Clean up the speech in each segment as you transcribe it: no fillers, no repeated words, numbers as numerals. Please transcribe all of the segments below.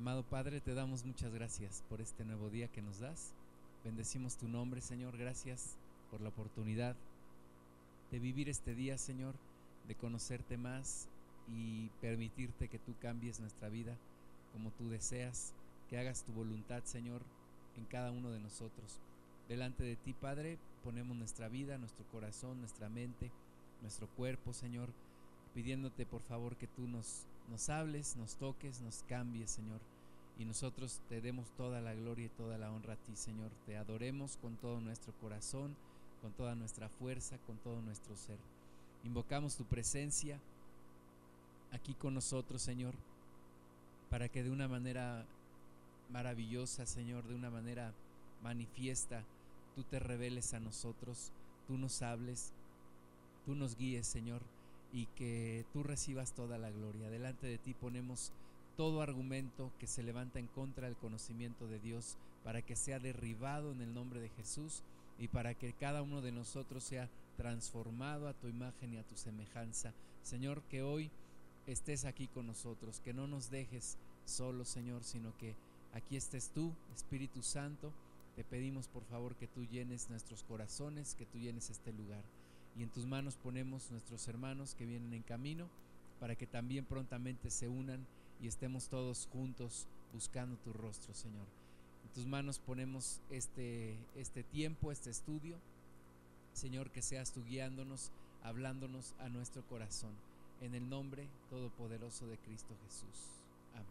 Amado Padre, te damos muchas gracias por este nuevo día que nos das. Bendecimos tu nombre, Señor. Gracias por la oportunidad de vivir este día, Señor, de conocerte más y permitirte que tú cambies nuestra vida como tú deseas, que hagas tu voluntad, Señor, en cada uno de nosotros. Delante de ti, Padre, ponemos nuestra vida, nuestro corazón, nuestra mente, nuestro cuerpo, Señor, pidiéndote por favor que tú nos hables, nos toques, nos cambies, Señor, y nosotros te demos toda la gloria y toda la honra a ti, Señor. Te adoremos con todo nuestro corazón, con toda nuestra fuerza, con todo nuestro ser. Invocamos tu presencia aquí con nosotros, Señor, para que de una manera maravillosa, Señor, de una manera manifiesta, tú te reveles a nosotros, tú nos hables, tú nos guíes, Señor, y que tú recibas toda la gloria. Delante de ti ponemos todo argumento que se levanta en contra del conocimiento de Dios, para que sea derribado en el nombre de Jesús y para que cada uno de nosotros sea transformado a tu imagen y a tu semejanza. Señor, que hoy estés aquí con nosotros, que no nos dejes solos, Señor, sino que aquí estés tú, Espíritu Santo. Te pedimos por favor que tú llenes nuestros corazones, que tú llenes este lugar. Y en tus manos ponemos nuestros hermanos que vienen en camino, para que también prontamente se unan y estemos todos juntos buscando tu rostro, Señor. En tus manos ponemos este tiempo, este estudio. Señor, que seas tú guiándonos, hablándonos a nuestro corazón. En el nombre todopoderoso de Cristo Jesús. Amén.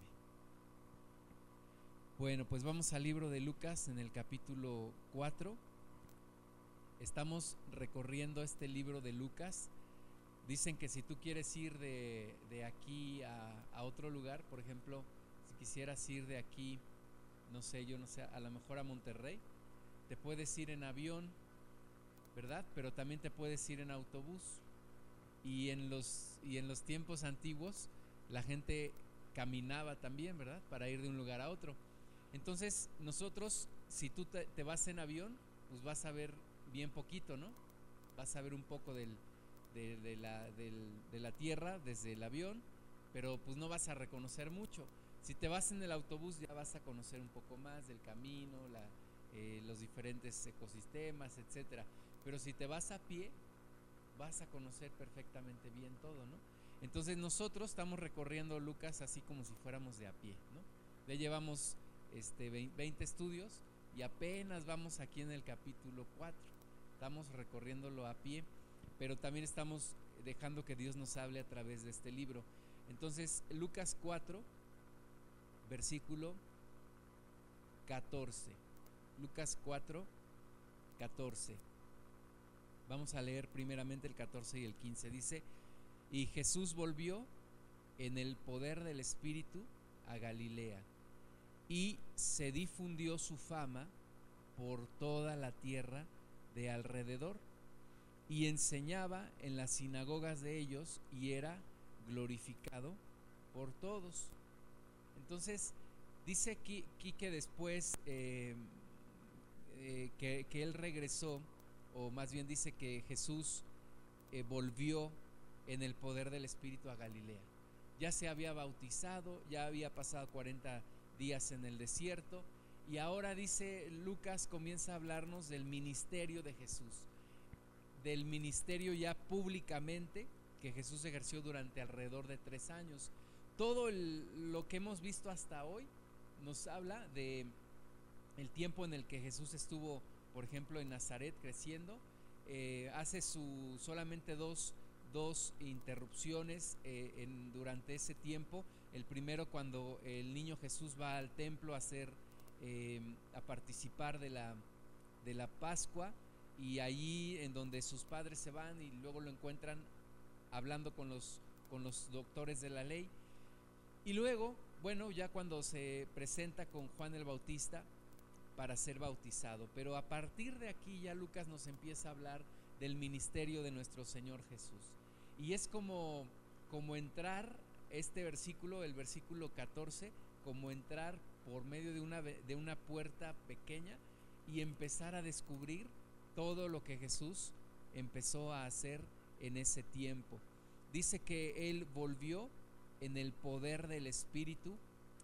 Bueno, pues vamos al libro de Lucas en el capítulo 4. Estamos recorriendo este libro de Lucas. Dicen que si tú quieres ir de aquí a otro lugar, por ejemplo, si quisieras ir de aquí, no sé, a lo mejor a Monterrey, te puedes ir en avión, ¿verdad? Pero también te puedes ir en autobús. Y en los tiempos antiguos la gente caminaba también, ¿verdad? Para ir de un lugar a otro. Entonces nosotros, si tú te vas en avión, pues vas a ver bien poquito, ¿no? Vas a ver un poco de la tierra desde el avión, pero pues no vas a reconocer mucho. Si te vas en el autobús ya vas a conocer un poco más del camino, los diferentes ecosistemas, etcétera. Pero si te vas a pie, vas a conocer perfectamente bien todo, ¿no? Entonces nosotros estamos recorriendo Lucas así como si fuéramos de a pie, ¿no? Ya llevamos 20 estudios y apenas vamos aquí en el capítulo 4. Estamos recorriéndolo a pie, pero también estamos dejando que Dios nos hable a través de este libro. Entonces, Lucas 4, versículo 14. Lucas 4, 14. Vamos a leer primeramente el 14 y el 15. Dice: y Jesús volvió en el poder del Espíritu a Galilea, y se difundió su fama por toda la tierra de alrededor, y enseñaba en las sinagogas de ellos, y era glorificado por todos. Entonces dice aquí que después que él regresó, o más bien dice que Jesús volvió en el poder del Espíritu a Galilea. Ya se había bautizado, ya había pasado 40 días en el desierto, y ahora dice Lucas, comienza a hablarnos del ministerio de Jesús, del ministerio ya públicamente que Jesús ejerció durante alrededor de 3 años. Todo lo que hemos visto hasta hoy nos habla de el tiempo en el que Jesús estuvo, por ejemplo, en Nazaret creciendo. Hace solamente dos interrupciones durante ese tiempo. El primero, cuando el niño Jesús va al templo a participar de la Pascua, y allí en donde sus padres se van y luego lo encuentran hablando con los doctores de la ley. Y luego, bueno, ya cuando se presenta con Juan el Bautista para ser bautizado. Pero a partir de aquí ya Lucas nos empieza a hablar del ministerio de nuestro Señor Jesús. Y es como entrar este versículo, el versículo 14, como entrar por medio de una puerta pequeña y empezar a descubrir todo lo que Jesús empezó a hacer en ese tiempo. Dice que Él volvió en el poder del Espíritu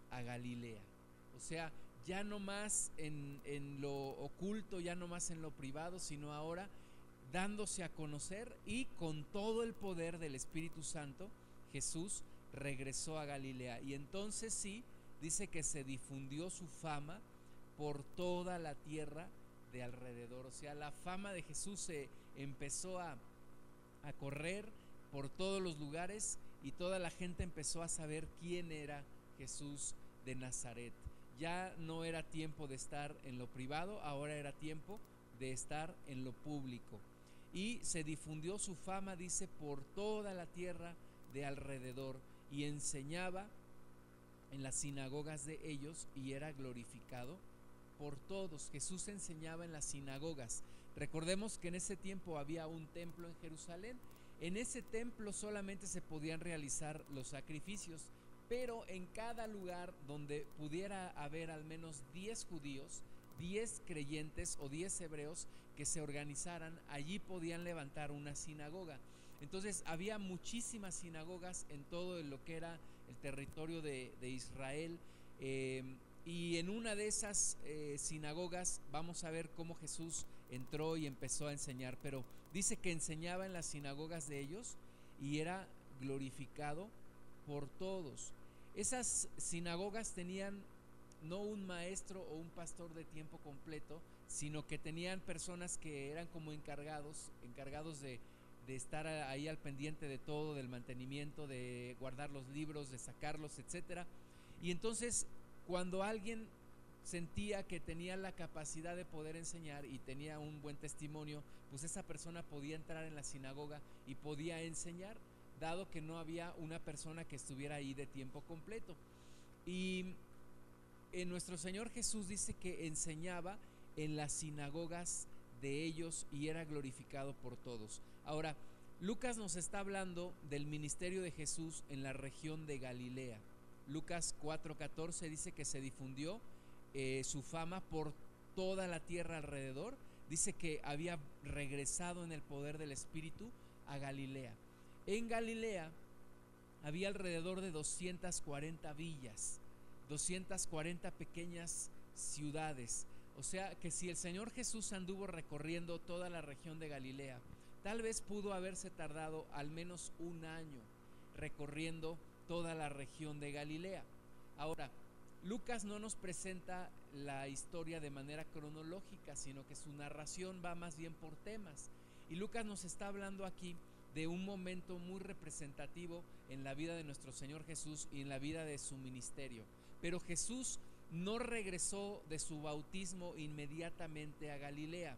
a Galilea. O sea, ya no más en lo oculto, ya no más en lo privado, sino ahora dándose a conocer, y con todo el poder del Espíritu Santo, Jesús regresó a Galilea. Y entonces sí, dice que se difundió su fama por toda la tierra de alrededor. O sea, la fama de Jesús se empezó a correr por todos los lugares, y toda la gente empezó a saber quién era Jesús de Nazaret. Ya no era tiempo de estar en lo privado, ahora era tiempo de estar en lo público. Y se difundió su fama, dice, por toda la tierra de alrededor, y enseñaba en las sinagogas de ellos, y era glorificado por todos. Jesús enseñaba en las sinagogas. Recordemos que en ese tiempo había un templo en Jerusalén. En ese templo solamente se podían realizar los sacrificios, pero en cada lugar donde pudiera haber al menos 10 judíos, 10 creyentes o 10 hebreos que se organizaran, allí podían levantar una sinagoga. Entonces había muchísimas sinagogas en todo lo que era el territorio de Israel, y en una de esas sinagogas vamos a ver cómo Jesús entró y empezó a enseñar. Pero dice que enseñaba en las sinagogas de ellos y era glorificado por todos. Esas sinagogas tenían no un maestro o un pastor de tiempo completo, sino que tenían personas que eran como encargados de estar ahí al pendiente de todo, del mantenimiento, de guardar los libros, de sacarlos, etcétera. Y entonces, cuando alguien sentía que tenía la capacidad de poder enseñar y tenía un buen testimonio, pues esa persona podía entrar en la sinagoga y podía enseñar, dado que no había una persona que estuviera ahí de tiempo completo. Y nuestro Señor Jesús dice que enseñaba en las sinagogas de ellos y era glorificado por todos. Ahora, Lucas nos está hablando del ministerio de Jesús en la región de Galilea. Lucas 4:14 dice que se difundió su fama por toda la tierra alrededor. Dice que había regresado en el poder del Espíritu a Galilea. En Galilea había alrededor de 240 villas, 240 pequeñas ciudades. O sea que si el Señor Jesús anduvo recorriendo toda la región de Galilea, tal vez pudo haberse tardado al menos un año recorriendo toda la región de Galilea. Ahora, Lucas no nos presenta la historia de manera cronológica, sino que su narración va más bien por temas. Y Lucas nos está hablando aquí de un momento muy representativo en la vida de nuestro Señor Jesús y en la vida de su ministerio. Pero Jesús no regresó de su bautismo inmediatamente a Galilea.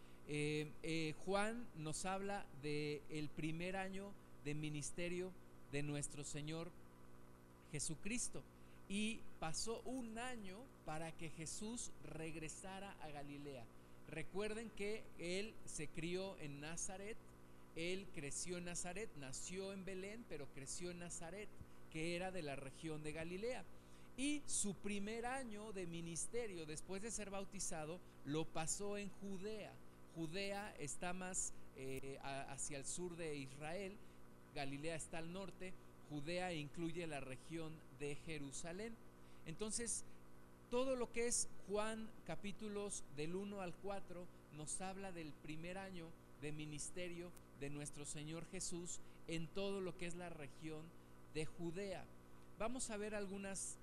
Juan nos habla del primer año de ministerio de nuestro Señor Jesucristo, y pasó un año para que Jesús regresara a Galilea. Recuerden que él se crió en Nazaret, él creció en Nazaret, nació en Belén, pero creció en Nazaret, que era de la región de Galilea. Y su primer año de ministerio, después de ser bautizado, lo pasó en Judea. Judea está más hacia el sur de Israel, Galilea está al norte, Judea incluye la región de Jerusalén. Entonces, todo lo que es Juan capítulos del 1 al 4 nos habla del primer año de ministerio de nuestro Señor Jesús en todo lo que es la región de Judea. Vamos a ver algunos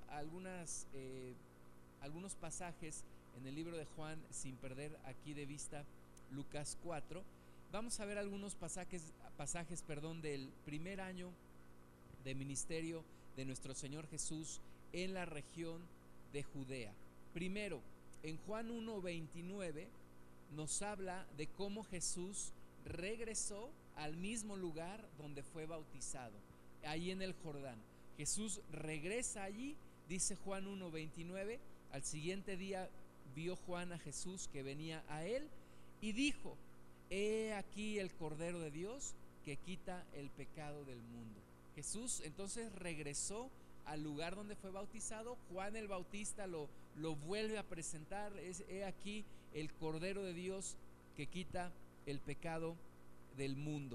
pasajes en el libro de Juan, sin perder aquí de vista Lucas 4. Vamos a ver algunos pasajes del primer año de ministerio de nuestro Señor Jesús en la región de Judea. Primero, en Juan 1:29 nos habla de cómo Jesús regresó al mismo lugar donde fue bautizado, ahí en el Jordán. Jesús regresa allí, dice Juan 1:29, al siguiente día vio Juan a Jesús que venía a él y dijo: he aquí el Cordero de Dios que quita el pecado del mundo. Jesús entonces regresó al lugar donde fue bautizado. Juan el Bautista lo vuelve a presentar: he aquí el Cordero de Dios que quita el pecado del mundo.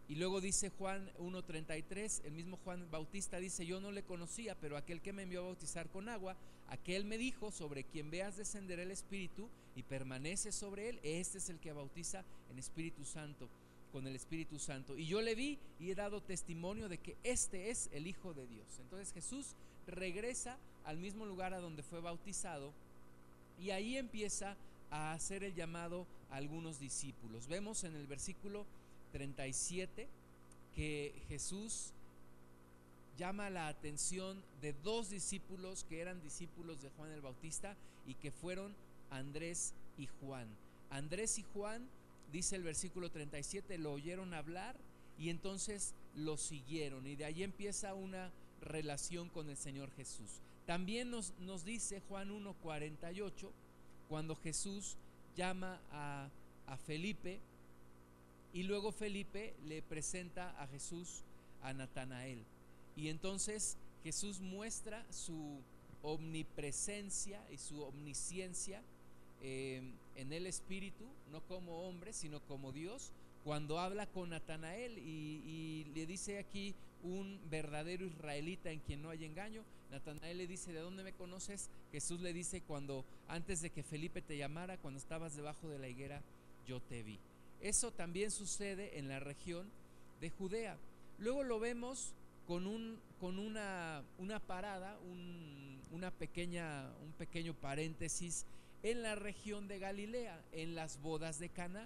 Y luego dice Juan 1:33, el mismo Juan Bautista dice: yo no le conocía, pero aquel que me envió a bautizar con agua, aquel me dijo: sobre quien veas descender el Espíritu y permanece sobre él, este es el que bautiza en Espíritu Santo, con el Espíritu Santo. Y yo le vi y he dado testimonio de que este es el Hijo de Dios. Entonces Jesús regresa al mismo lugar a donde fue bautizado, y ahí empieza a hacer el llamado a algunos discípulos. Vemos en el versículo 37 que Jesús llama la atención de dos discípulos que eran discípulos de Juan el Bautista y que fueron Andrés y Juan. Andrés y Juan, dice el versículo 37, lo oyeron hablar y entonces lo siguieron, y de ahí empieza una relación con el Señor Jesús. También nos dice Juan 1:48, cuando Jesús llama a Felipe, y luego Felipe le presenta a Jesús a Natanael. Y entonces Jesús muestra su omnipresencia y su omnisciencia en el Espíritu, no como hombre, sino como Dios, cuando habla con Natanael y le dice aquí: un verdadero israelita en quien no hay engaño. Natanael le dice: ¿de dónde me conoces? Jesús le dice: cuando antes de que Felipe te llamara, cuando estabas debajo de la higuera, yo te vi. Eso también sucede en la región de Judea. Luego lo vemos con una parada, un pequeño paréntesis en la región de Galilea, en las bodas de Caná.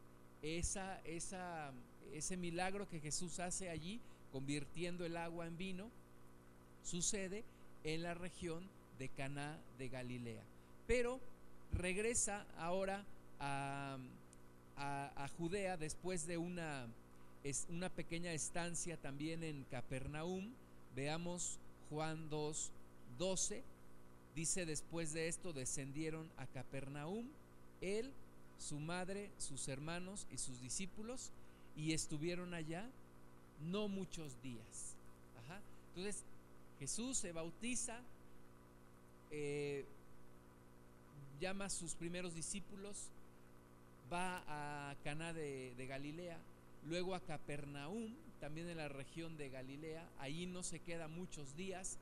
Ese milagro que Jesús hace allí, convirtiendo el agua en vino, sucede en la región de Caná de Galilea. Pero regresa ahora a Judea después de una pequeña estancia también en Capernaum. Veamos Juan 2:12. Dice: después de esto descendieron a Capernaum, él, su madre, sus hermanos y sus discípulos, y estuvieron allá no muchos días. Entonces Jesús se bautiza, llama a sus primeros discípulos, va a Caná de Galilea, luego a Capernaum, también en la región de Galilea. Allí no se queda muchos días.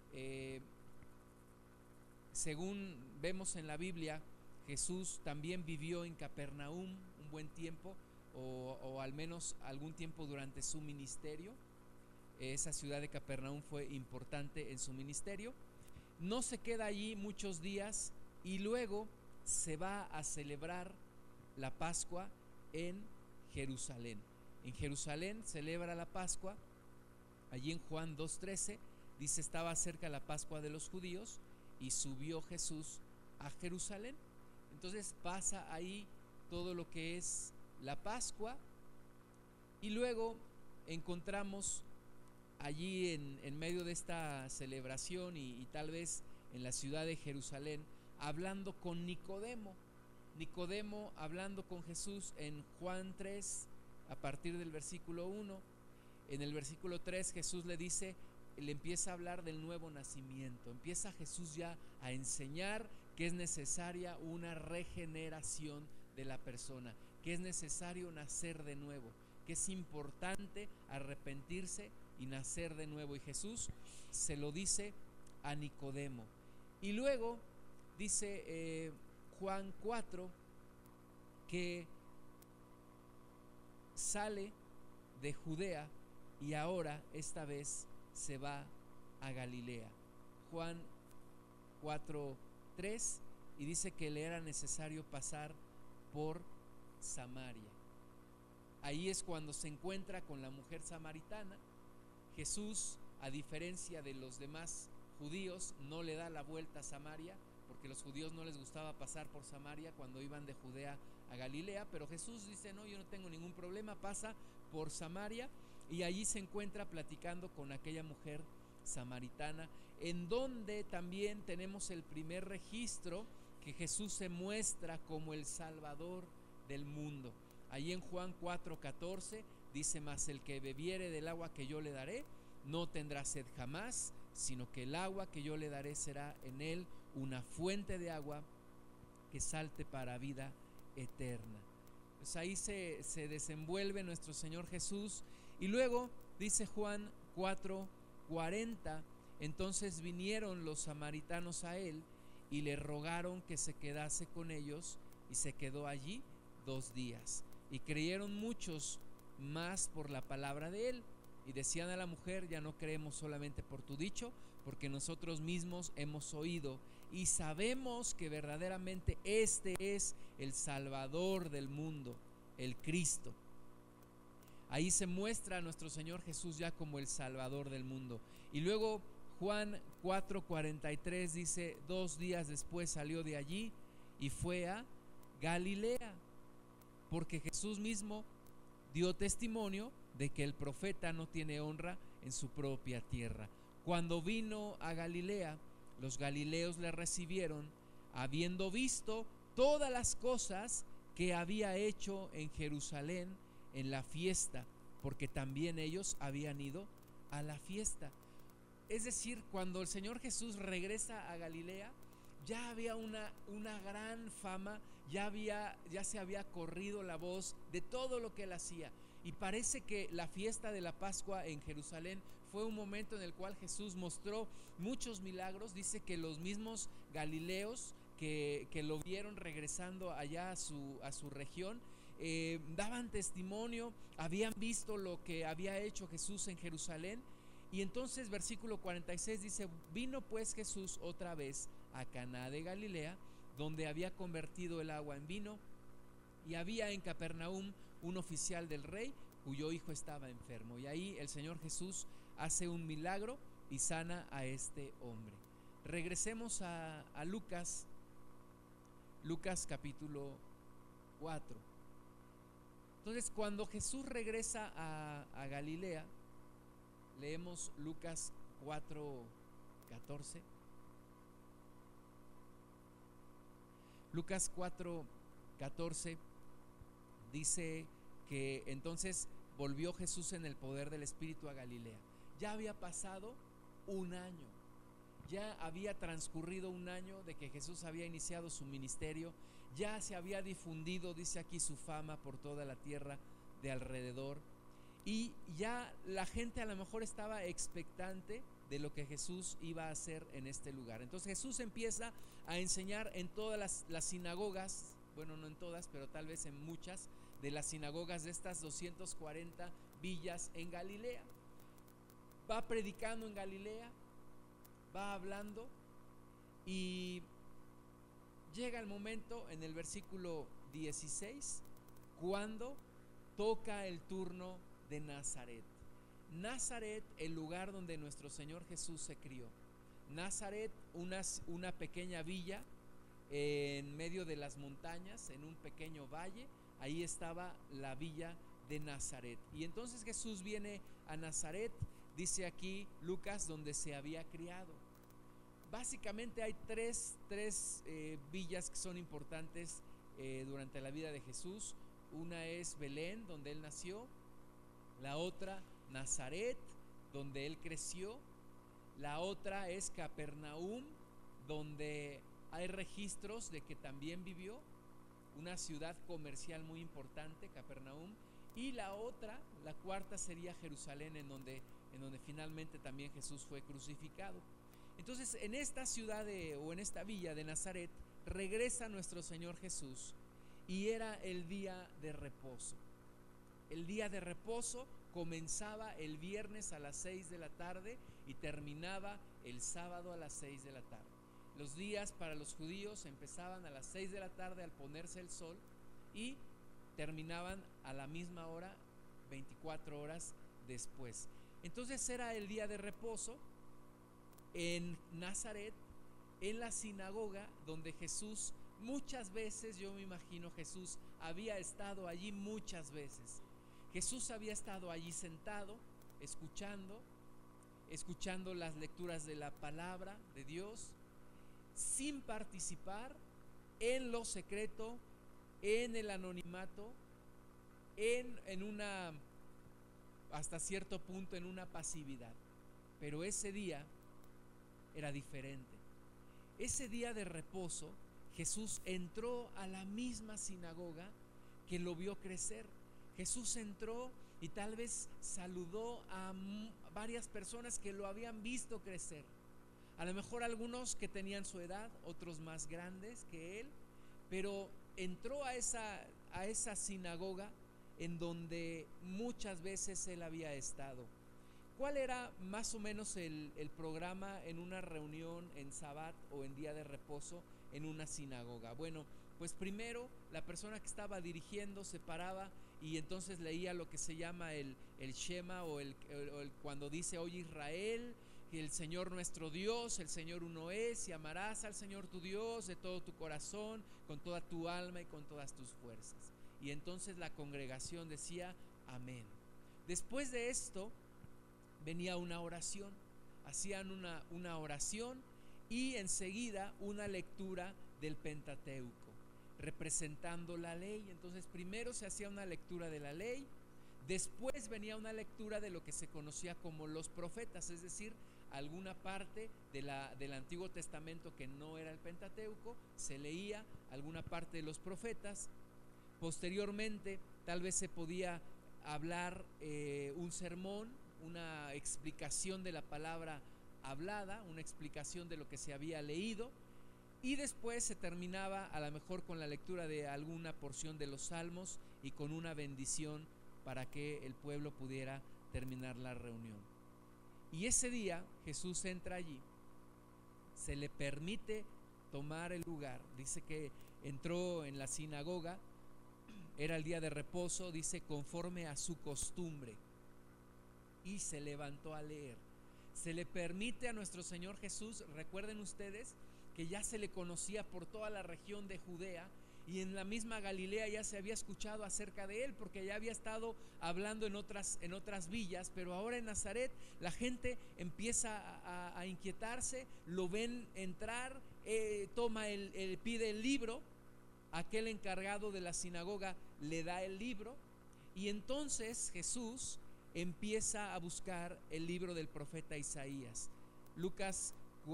Según vemos en la Biblia, Jesús también vivió en Capernaum un buen tiempo, o al menos algún tiempo durante su ministerio. Esa ciudad de Capernaum fue importante en su ministerio. No se queda allí muchos días y luego se va a celebrar la Pascua en Jerusalén. En Jerusalén celebra la Pascua. Allí en Juan 2:13 dice: estaba cerca la Pascua de los judíos y subió Jesús a Jerusalén. Entonces pasa ahí todo lo que es la Pascua, y luego encontramos allí en medio de esta celebración y tal vez en la ciudad de Jerusalén, hablando con Nicodemo hablando con Jesús en Juan 3, a partir del versículo 1. En el versículo 3 Jesús le dice, le empieza a hablar del nuevo nacimiento. Empieza Jesús ya a enseñar que es necesaria una regeneración de la persona, que es necesario nacer de nuevo, que es importante arrepentirse y nacer de nuevo. Y Jesús se lo dice a Nicodemo. Y luego dice Juan 4 que sale de Judea y ahora esta vez se va a Galilea. Juan 4:3, y dice que le era necesario pasar por Samaria. Ahí es cuando se encuentra con la mujer samaritana. Jesús, a diferencia de los demás judíos, no le da la vuelta a Samaria, porque a los judíos no les gustaba pasar por Samaria cuando iban de Judea a Galilea, pero Jesús dice: no, yo no tengo ningún problema, pasa por Samaria, y allí se encuentra platicando con aquella mujer samaritana, en donde también tenemos el primer registro que Jesús se muestra como el Salvador del mundo. Allí en Juan 4:14 dice: mas el que bebiere del agua que yo le daré no tendrá sed jamás, sino que el agua que yo le daré será en él una fuente de agua que salte para vida eterna. Pues ahí se desenvuelve nuestro Señor Jesús. Y luego dice Juan 4:40, entonces vinieron los samaritanos a él y le rogaron que se quedase con ellos, y se quedó allí 2 días. Y creyeron muchos más por la palabra de él, y decían a la mujer: ya no creemos solamente por tu dicho, porque nosotros mismos hemos oído y sabemos que verdaderamente este es el Salvador del mundo, el Cristo. Ahí se muestra a nuestro Señor Jesús ya como el Salvador del mundo. Y luego Juan 4:43 dice: 2 días después salió de allí y fue a Galilea, porque Jesús mismo dio testimonio de que el profeta no tiene honra en su propia tierra. Cuando vino a Galilea, los galileos le recibieron, habiendo visto todas las cosas que había hecho en Jerusalén en la fiesta, porque también ellos habían ido a la fiesta. Es decir, cuando el Señor Jesús regresa a Galilea, ya había una gran fama, ya se había corrido la voz de todo lo que él hacía. Y parece que la fiesta de la Pascua en Jerusalén fue un momento en el cual Jesús mostró muchos milagros. Dice que los mismos galileos que lo vieron regresando allá a su región, daban testimonio, habían visto lo que había hecho Jesús en Jerusalén. Y entonces versículo 46 dice: vino pues Jesús otra vez a Caná de Galilea, donde había convertido el agua en vino, y había en Capernaum un oficial del rey cuyo hijo estaba enfermo. Y ahí el Señor Jesús hace un milagro y sana a este hombre. Regresemos a Lucas capítulo 4. Entonces, cuando Jesús regresa a Galilea, leemos Lucas 4:14. Lucas 4:14 dice que entonces volvió Jesús en el poder del Espíritu a Galilea. Ya había pasado un año, ya había transcurrido un año de que Jesús había iniciado su ministerio, ya se había difundido, dice aquí, su fama por toda la tierra de alrededor, y ya la gente a lo mejor estaba expectante de lo que Jesús iba a hacer en este lugar. Entonces Jesús empieza a enseñar en todas las sinagogas, bueno, no en todas, pero tal vez en muchas de las sinagogas de estas 240 villas en Galilea. Va predicando en Galilea, va hablando, y llega el momento en el versículo 16 cuando toca el turno de Nazaret. Nazaret, el lugar donde nuestro Señor Jesús se crió. Nazaret, una pequeña villa en medio de las montañas, en un pequeño valle. Ahí estaba la villa de Nazaret. Y entonces Jesús viene a Nazaret, dice aquí Lucas, donde se había criado. Básicamente hay tres villas que son importantes durante la vida de Jesús. Una es Belén, donde él nació. La otra, Nazaret, donde él creció. La otra es Capernaum, donde hay registros de que también vivió. Una ciudad comercial muy importante, Capernaum. Y la otra, la cuarta, sería Jerusalén, en donde finalmente también Jesús fue crucificado. Entonces, en esta ciudad o en esta villa de Nazaret regresa nuestro Señor Jesús, y era el día de reposo. El día de reposo comenzaba el viernes a las 6 de la tarde y terminaba el sábado a las 6 de la tarde. Los días para los judíos empezaban a las 6 de la tarde al ponerse el sol y terminaban a la misma hora 24 horas después. Entonces era el día de reposo en Nazaret, en la sinagoga donde Jesús muchas veces, yo me imagino, Jesús había estado allí muchas veces. Jesús había estado allí sentado, escuchando las lecturas de la palabra de Dios, sin participar en lo secreto, en el anonimato, en una, hasta cierto punto, en una pasividad. Pero ese día era diferente. Ese día de reposo, Jesús entró a la misma sinagoga que lo vio crecer. Jesús entró y tal vez saludó a varias personas que lo habían visto crecer. A lo mejor algunos que tenían su edad, otros más grandes que él, pero entró a esa sinagoga en donde muchas veces él había estado. ¿Cuál era más o menos el programa en una reunión en Sabbat o en día de reposo en una sinagoga? Bueno, pues primero la persona que estaba dirigiendo se paraba y entonces leía lo que se llama el Shema o cuando dice: oye Israel, que el Señor nuestro Dios, el Señor uno es, y amarás al Señor tu Dios de todo tu corazón, con toda tu alma y con todas tus fuerzas. Y entonces la congregación decía amén. Después de esto venía una oración, hacían una oración y enseguida una lectura del Pentateuco, representando la ley. Entonces primero se hacía una lectura de la ley, después venía una lectura de lo que se conocía como los profetas, es decir, alguna parte del Antiguo Testamento que no era el Pentateuco, se leía alguna parte de los profetas. Posteriormente tal vez se podía hablar un sermón, una explicación de la palabra hablada, una explicación de lo que se había leído, y después se terminaba a lo mejor con la lectura de alguna porción de los salmos y con una bendición para que el pueblo pudiera terminar la reunión. Y ese día Jesús entra allí, se le permite tomar el lugar. Dice que entró en la sinagoga, era el día de reposo, dice conforme a su costumbre, y se levantó a leer. Se le permite a nuestro Señor Jesús, recuerden ustedes que ya se le conocía por toda la región de Judea, y en la misma Galilea ya se había escuchado acerca de él, porque ya había estado hablando en otras villas, pero ahora en Nazaret la gente empieza a inquietarse, lo ven entrar, pide el libro, aquel encargado de la sinagoga le da el libro, y entonces Jesús empieza a buscar el libro del profeta Isaías. Lucas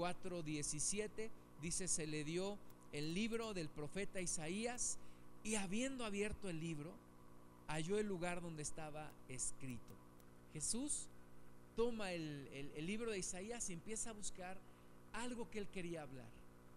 4:17 dice: se le dio el libro del profeta Isaías, y habiendo abierto el libro, halló el lugar donde estaba escrito. Jesús toma el libro de Isaías y empieza a buscar algo que él quería hablar.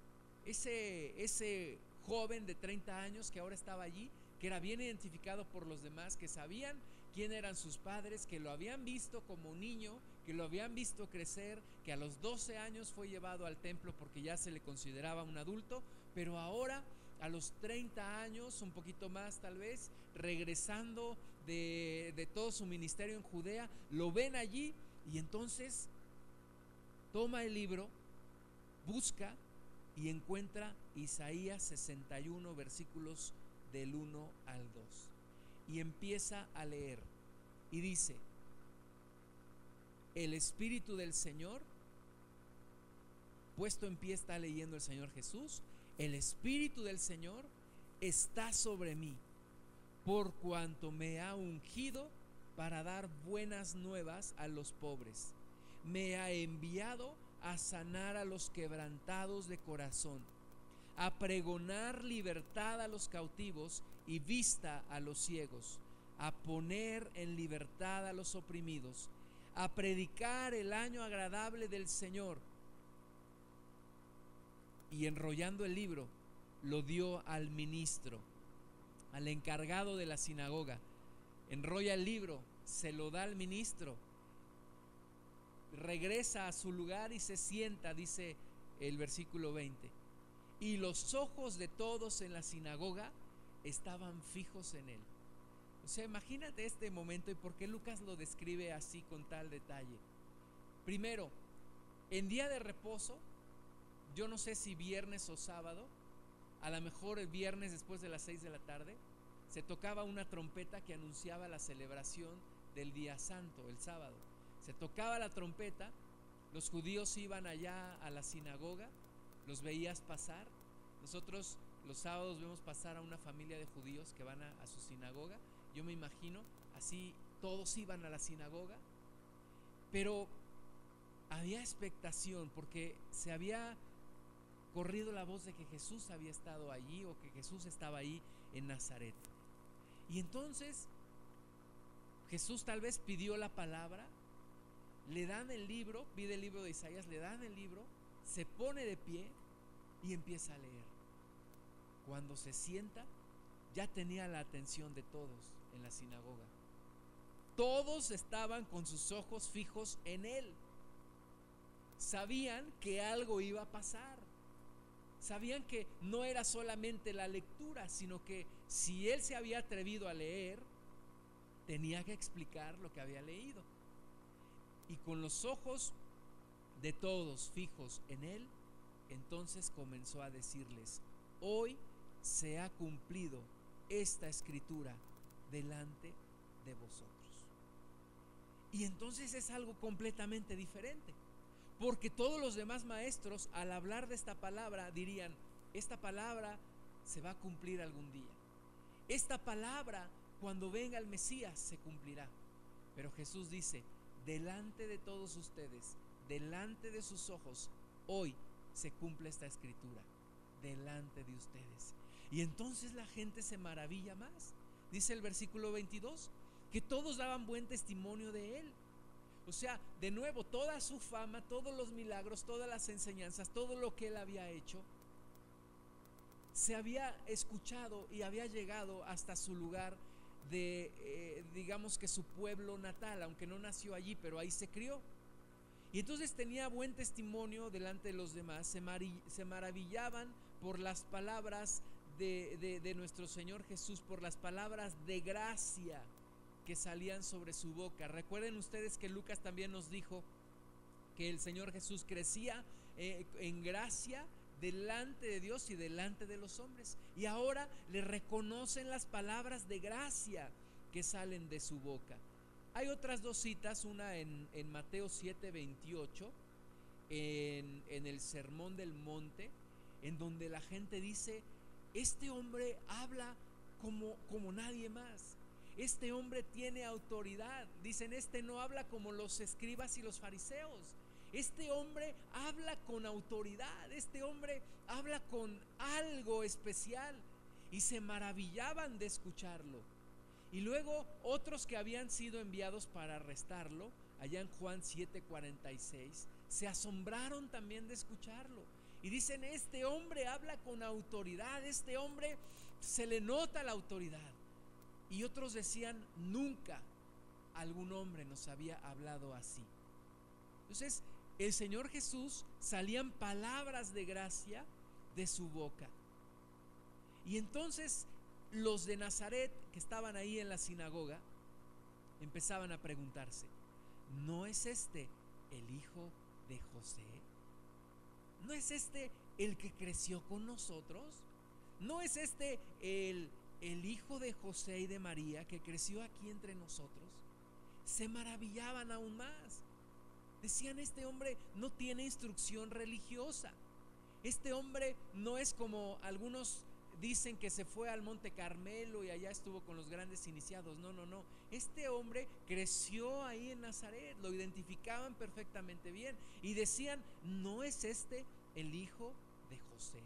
Ese joven de 30 años que ahora estaba allí, que era bien identificado por los demás, que sabían quién eran sus padres, que lo habían visto como niño, que lo habían visto crecer, que a los 12 años fue llevado al templo porque ya se le consideraba un adulto, pero ahora a los 30 años, un poquito más tal vez, regresando de todo su ministerio en Judea, lo ven allí y entonces toma el libro, busca y encuentra Isaías 61 versículos del 1 al 2 y empieza a leer y dice: el Espíritu del Señor, puesto en pie está leyendo el Señor Jesús, el Espíritu del Señor está sobre mí, por cuanto me ha ungido para dar buenas nuevas a los pobres, me ha enviado a sanar a los quebrantados de corazón, a pregonar libertad a los cautivos y vista a los ciegos, a poner en libertad a los oprimidos, a predicar el año agradable del Señor. Y enrollando el libro, lo dio al ministro, al encargado de la sinagoga. Enrolla el libro, se lo da al ministro, regresa a su lugar y se sienta, dice el versículo 20. Y los ojos de todos en la sinagoga estaban fijos en él. O sea, imagínate este momento y por qué Lucas lo describe así con tal detalle. Primero, en día de reposo, yo no sé si viernes o sábado, a lo mejor el viernes después de las 6 de la tarde, se tocaba una trompeta que anunciaba la celebración del día santo, el sábado. Se tocaba la trompeta, los judíos iban allá a la sinagoga, los veías pasar. Nosotros los sábados vemos pasar a una familia de judíos que van a su sinagoga. Yo me imagino así, todos iban a la sinagoga, pero había expectación porque se había corrido la voz de que Jesús había estado allí o que Jesús estaba ahí en Nazaret. Y entonces Jesús tal vez pidió la palabra, le dan el libro, pide el libro de Isaías, le dan el libro, se pone de pie y empieza a leer. Cuando se sienta, ya tenía la atención de todos en la sinagoga. Todos estaban con sus ojos fijos en él. Sabían que algo iba a pasar. Sabían que no era solamente la lectura, sino que si él se había atrevido a leer, tenía que explicar lo que había leído. Y con los ojos de todos fijos en él, entonces comenzó a decirles: hoy se ha cumplido esta escritura delante de vosotros. Y entonces es algo completamente diferente, porque todos los demás maestros, al hablar de esta palabra, dirían: esta palabra se va a cumplir algún día, esta palabra cuando venga el Mesías se cumplirá. Pero Jesús dice: delante de todos ustedes, delante de sus ojos, hoy se cumple esta escritura delante de ustedes. Y entonces la gente se maravilla más. Dice el versículo 22 que todos daban buen testimonio de él. O sea, de nuevo, toda su fama, todos los milagros, todas las enseñanzas, todo lo que él había hecho, se había escuchado y había llegado hasta su lugar de, digamos que su pueblo natal, aunque no nació allí, pero ahí se crió. Y entonces tenía buen testimonio delante de los demás, se maravillaban por las palabras de nuestro Señor Jesús, por las palabras de gracia que salían sobre su boca. Recuerden ustedes que Lucas también nos dijo que el Señor Jesús crecía en gracia delante de Dios y delante de los hombres, y ahora le reconocen las palabras de gracia que salen de su boca. Hay otras dos citas, una en Mateo 7:28, en el Sermón del Monte, en donde la gente dice: este hombre habla como nadie más, este hombre tiene autoridad. Dicen: este no habla como los escribas y los fariseos, este hombre habla con autoridad, este hombre habla con algo especial. Y se maravillaban de escucharlo. Y luego otros que habían sido enviados para arrestarlo, allá en Juan 7:46, se asombraron también de escucharlo. Y dicen: este hombre habla con autoridad, este hombre se le nota la autoridad. Y otros decían: nunca algún hombre nos había hablado así. Entonces, el Señor Jesús, salían palabras de gracia de su boca. Y entonces los de Nazaret que estaban ahí en la sinagoga empezaban a preguntarse: ¿no es este el hijo de José? ¿No es este el que creció con nosotros? ¿No es este el hijo de José y de María que creció aquí entre nosotros? Se maravillaban aún más. Decían: este hombre no tiene instrucción religiosa, este hombre no es como algunos dicen que se fue al Monte Carmelo y allá estuvo con los grandes iniciados. No, este hombre creció ahí en Nazaret, lo identificaban perfectamente bien y decían: ¿no es este el hijo de José?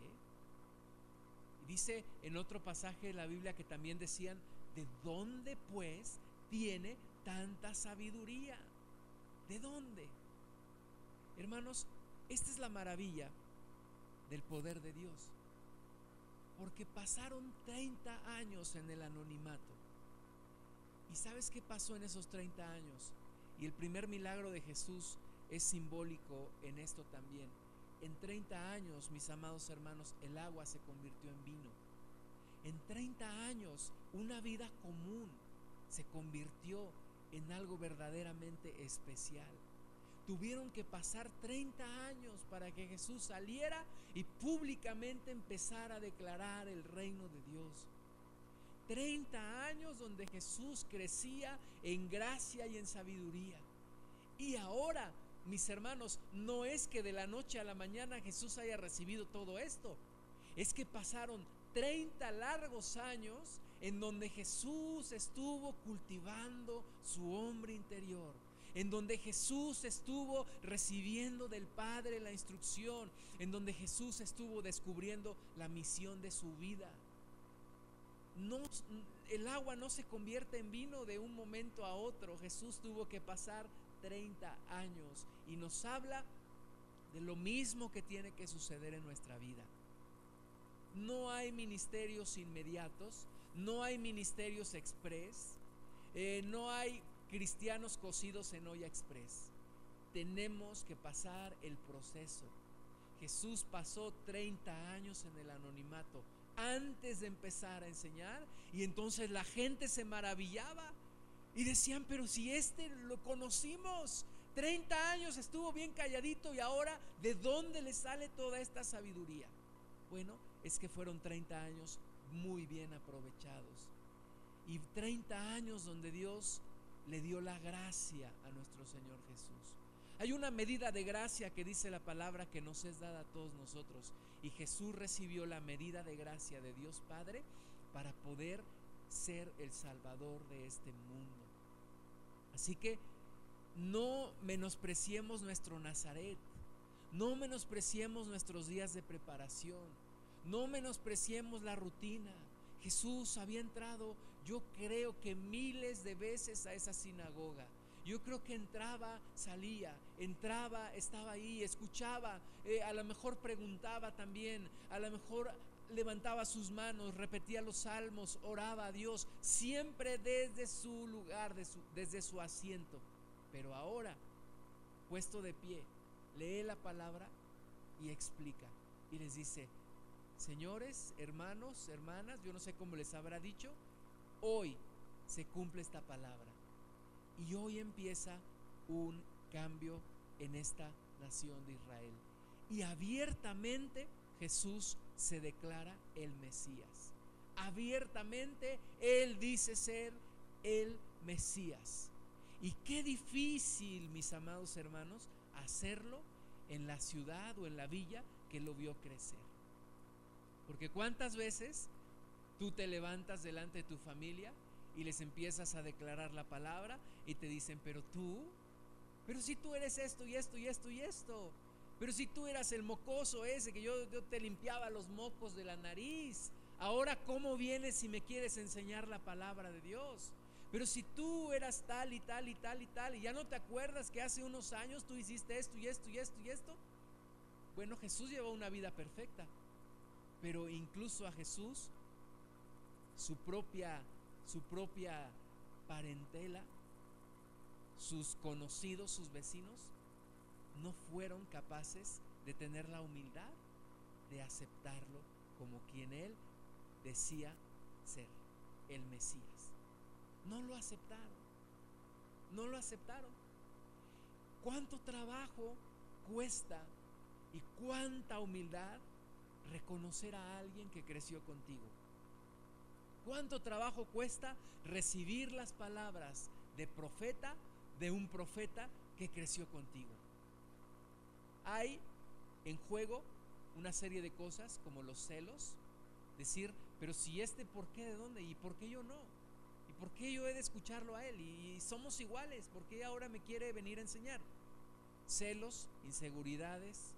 Y dice en otro pasaje de la Biblia que también decían: ¿de dónde pues tiene tanta sabiduría? ¿De dónde? Hermanos, esta es la maravilla del poder de Dios, porque pasaron 30 años en el anonimato. ¿Y sabes qué pasó en esos 30 años? Y el primer milagro de Jesús es simbólico en esto también. En 30 años, mis amados hermanos, el agua se convirtió en vino. En 30 años, una vida común se convirtió en algo verdaderamente especial. Tuvieron que pasar 30 años para que Jesús saliera y públicamente empezara a declarar el reino de Dios. 30 años donde Jesús crecía en gracia y en sabiduría. Y ahora, mis hermanos, no es que de la noche a la mañana Jesús haya recibido todo esto. Es que pasaron 30 largos años en donde Jesús estuvo cultivando su hombre interior, en donde Jesús estuvo recibiendo del Padre la instrucción, en donde Jesús estuvo descubriendo la misión de su vida. no, el agua no se convierte en vino de un momento a otro. Jesús tuvo que pasar 30 años y nos habla de lo mismo que tiene que suceder en nuestra vida. No hay ministerios inmediatos, no hay ministerios express, no hay cristianos cocidos en olla express. Tenemos que pasar el proceso. Jesús pasó 30 años en el anonimato antes de empezar a enseñar, y entonces la gente se maravillaba y decían, pero si lo conocimos, 30 años estuvo bien calladito y ahora ¿de dónde le sale toda esta sabiduría? Bueno, es que fueron 30 años muy bien aprovechados, y 30 años donde Dios le dio la gracia a nuestro Señor Jesús. Hay una medida de gracia que dice la palabra que nos es dada a todos nosotros, y Jesús recibió la medida de gracia de Dios Padre para poder ser el Salvador de este mundo. Así que no menospreciemos nuestro Nazaret, no menospreciemos nuestros días de preparación, no menospreciemos la rutina. Jesús había entrado, yo creo que miles de veces a esa sinagoga. Yo creo que entraba, salía, entraba, estaba ahí, escuchaba, a lo mejor preguntaba también, a lo mejor levantaba sus manos, repetía los salmos, oraba a Dios, siempre desde su lugar, desde su asiento. Pero ahora, puesto de pie, lee la palabra y explica, y les dice: señores, hermanos, hermanas, yo no sé cómo les habrá dicho, hoy se cumple esta palabra. Y hoy empieza un cambio en esta nación de Israel. Y abiertamente Jesús se declara el Mesías. Abiertamente Él dice ser el Mesías. Y qué difícil, mis amados hermanos, hacerlo en la ciudad o en la villa que lo vio crecer. Porque cuántas veces tú te levantas delante de tu familia y les empiezas a declarar la palabra y te dicen, pero si tú eres esto y esto y esto y esto, pero si tú eras el mocoso ese que yo te limpiaba los mocos de la nariz, ahora ¿cómo vienes y me quieres enseñar la palabra de Dios? Pero si tú eras tal y tal y tal y tal, y ya no te acuerdas que hace unos años tú hiciste esto y esto y esto y esto. Bueno, Jesús llevó una vida perfecta, pero incluso a Jesús, su propia parentela, sus conocidos, sus vecinos, no fueron capaces de tener la humildad de aceptarlo como quien él decía ser, el Mesías. No lo aceptaron. ¿Cuánto trabajo cuesta y cuánta humildad reconocer a alguien que creció contigo? ¿Cuánto trabajo cuesta recibir las palabras de un profeta que creció contigo? Hay en juego una serie de cosas como los celos, decir, pero si ¿por qué? ¿De dónde? ¿Y por qué yo no? ¿Y por qué yo he de escucharlo a él? Y somos iguales, ¿por qué ahora me quiere venir a enseñar? Celos, inseguridades,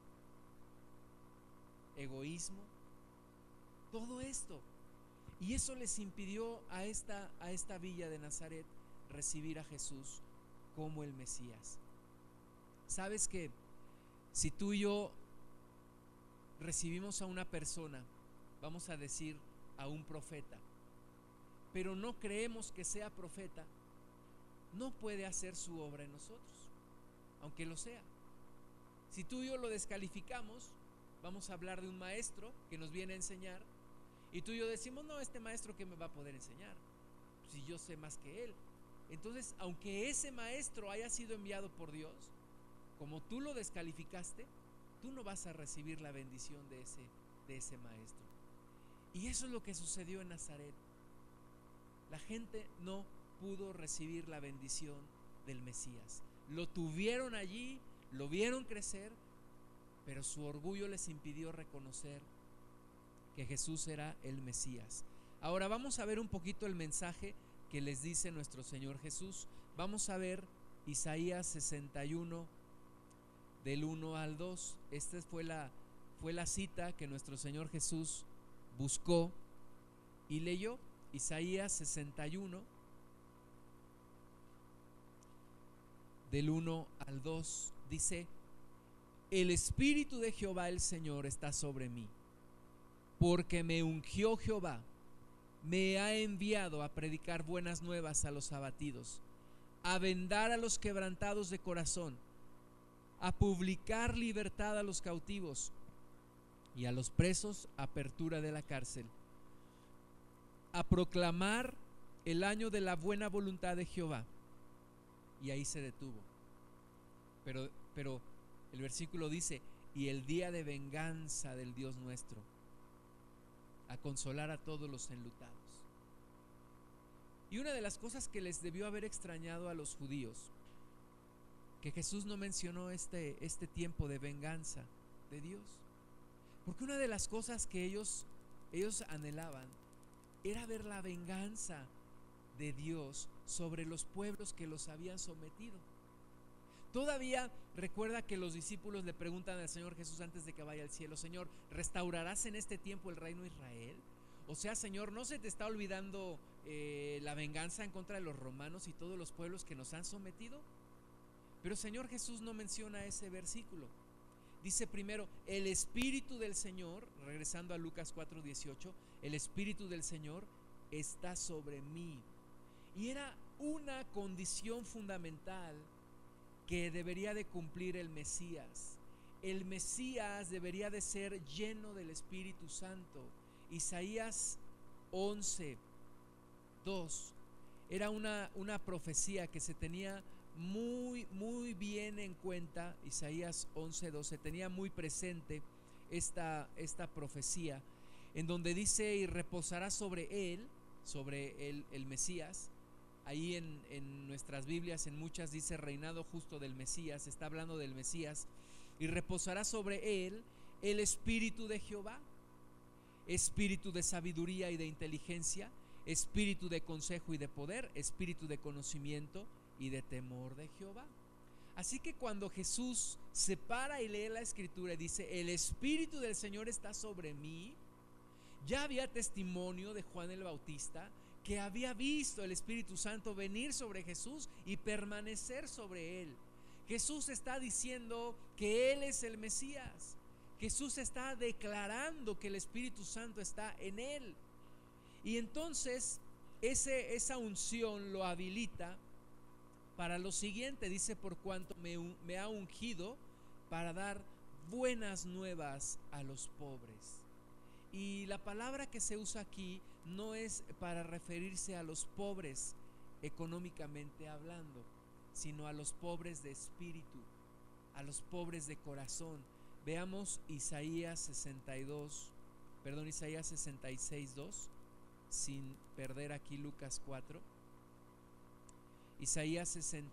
egoísmo, todo esto. Y eso les impidió a esta villa de Nazaret recibir a Jesús como el Mesías. ¿Sabes que si tú y yo recibimos a una persona, vamos a decir a un profeta, pero no creemos que sea profeta, no puede hacer su obra en nosotros, aunque lo sea? Si tú y yo lo descalificamos, vamos a hablar de un maestro que nos viene a enseñar, y tú y yo decimos, no, este maestro ¿qué me va a poder enseñar? Si yo sé más que él. Entonces, aunque ese maestro haya sido enviado por Dios, como tú lo descalificaste, tú no vas a recibir la bendición de ese maestro. Y eso es lo que sucedió en Nazaret. La gente no pudo recibir la bendición del Mesías. Lo tuvieron allí, lo vieron crecer, pero su orgullo les impidió reconocer que Jesús era el Mesías. Ahora vamos a ver un poquito el mensaje que les dice nuestro Señor Jesús. Vamos a ver Isaías 61 del 1 al 2. Esta fue la cita que nuestro Señor Jesús buscó y leyó. Isaías 61, del 1 al 2, dice: el Espíritu de Jehová el Señor está sobre mí, porque me ungió Jehová, me ha enviado a predicar buenas nuevas a los abatidos, a vendar a los quebrantados de corazón, a publicar libertad a los cautivos y a los presos apertura de la cárcel, a proclamar el año de la buena voluntad de Jehová. Y ahí se detuvo. Pero el versículo dice: y el día de venganza del Dios nuestro, a consolar a todos los enlutados. Y una de las cosas que les debió haber extrañado a los judíos, que Jesús no mencionó este tiempo de venganza de Dios, porque una de las cosas que ellos anhelaban era ver la venganza de Dios sobre los pueblos que los habían sometido. Todavía recuerda que los discípulos le preguntan al Señor Jesús antes de que vaya al cielo: Señor, ¿restaurarás en este tiempo el reino de Israel? O sea, Señor, ¿no se te está olvidando la venganza en contra de los romanos y todos los pueblos que nos han sometido? Pero Señor Jesús no menciona ese versículo. Dice primero: el Espíritu del Señor, regresando a Lucas 4:18, el Espíritu del Señor está sobre mí. Y era una condición fundamental que debería de cumplir el Mesías. El Mesías debería de ser lleno del Espíritu Santo. Isaías 11:2 era una profecía que se tenía muy bien en cuenta. Isaías 11:2 se tenía muy presente esta profecía, en donde dice: y reposará sobre él, el Mesías. Ahí en nuestras Biblias, en muchas, dice reinado justo del Mesías. Está hablando del Mesías. Y reposará sobre él el Espíritu de Jehová, Espíritu de sabiduría y de inteligencia, Espíritu de consejo y de poder, Espíritu de conocimiento y de temor de Jehová. Así que cuando Jesús se para y lee la Escritura y dice: el Espíritu del Señor está sobre mí, ya había testimonio de Juan el Bautista, que había visto el Espíritu Santo venir sobre Jesús y permanecer sobre él. Jesús está diciendo que él es el Mesías. Jesús está declarando que el Espíritu Santo está en él. Y entonces esa unción lo habilita para lo siguiente. Dice: por cuanto me ha ungido para dar buenas nuevas a los pobres. Y la palabra que se usa aquí no es para referirse a los pobres económicamente hablando, sino a los pobres de espíritu, a los pobres de corazón. Veamos Isaías 66:2, sin perder aquí Lucas 4. Isaías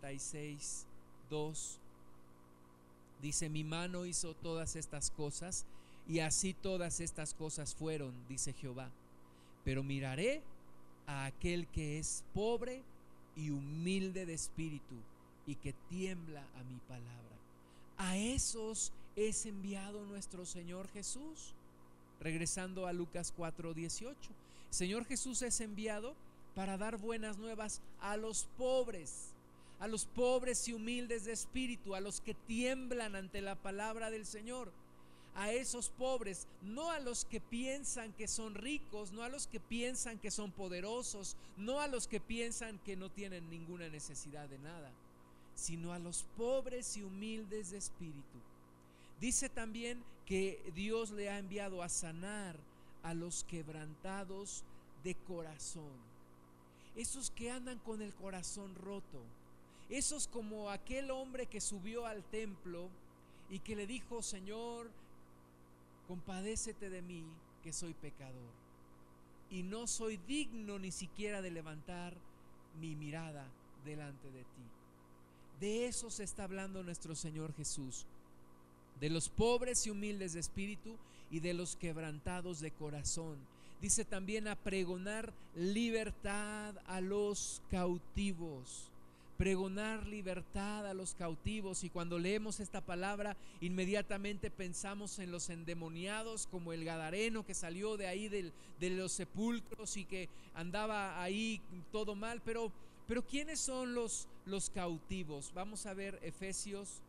66:2 dice: mi mano hizo todas estas cosas, y así todas estas cosas fueron, dice Jehová. Pero miraré a aquel que es pobre y humilde de espíritu, y que tiembla a mi palabra. A esos es enviado nuestro Señor Jesús. Regresando a Lucas 4:18, Señor Jesús es enviado para dar buenas nuevas a los pobres y humildes de espíritu, a los que tiemblan ante la palabra del Señor. A esos pobres, no a los que piensan que son ricos, no a los que piensan que son poderosos, no a los que piensan que no tienen ninguna necesidad de nada, sino a los pobres y humildes de espíritu. Dice también que Dios le ha enviado a sanar a los quebrantados de corazón, esos que andan con el corazón roto, esos como aquel hombre que subió al templo y que le dijo: Señor, compadécete de mí, que soy pecador y no soy digno ni siquiera de levantar mi mirada delante de ti. De eso se está hablando nuestro Señor Jesús, de los pobres y humildes de espíritu y de los quebrantados de corazón. Dice también: a pregonar libertad a los cautivos, pregonar libertad a los cautivos. Y cuando leemos esta palabra, inmediatamente pensamos en los endemoniados, como el gadareno que salió de ahí de los sepulcros y que andaba ahí todo mal. Pero ¿quiénes son los cautivos? Vamos a ver Efesios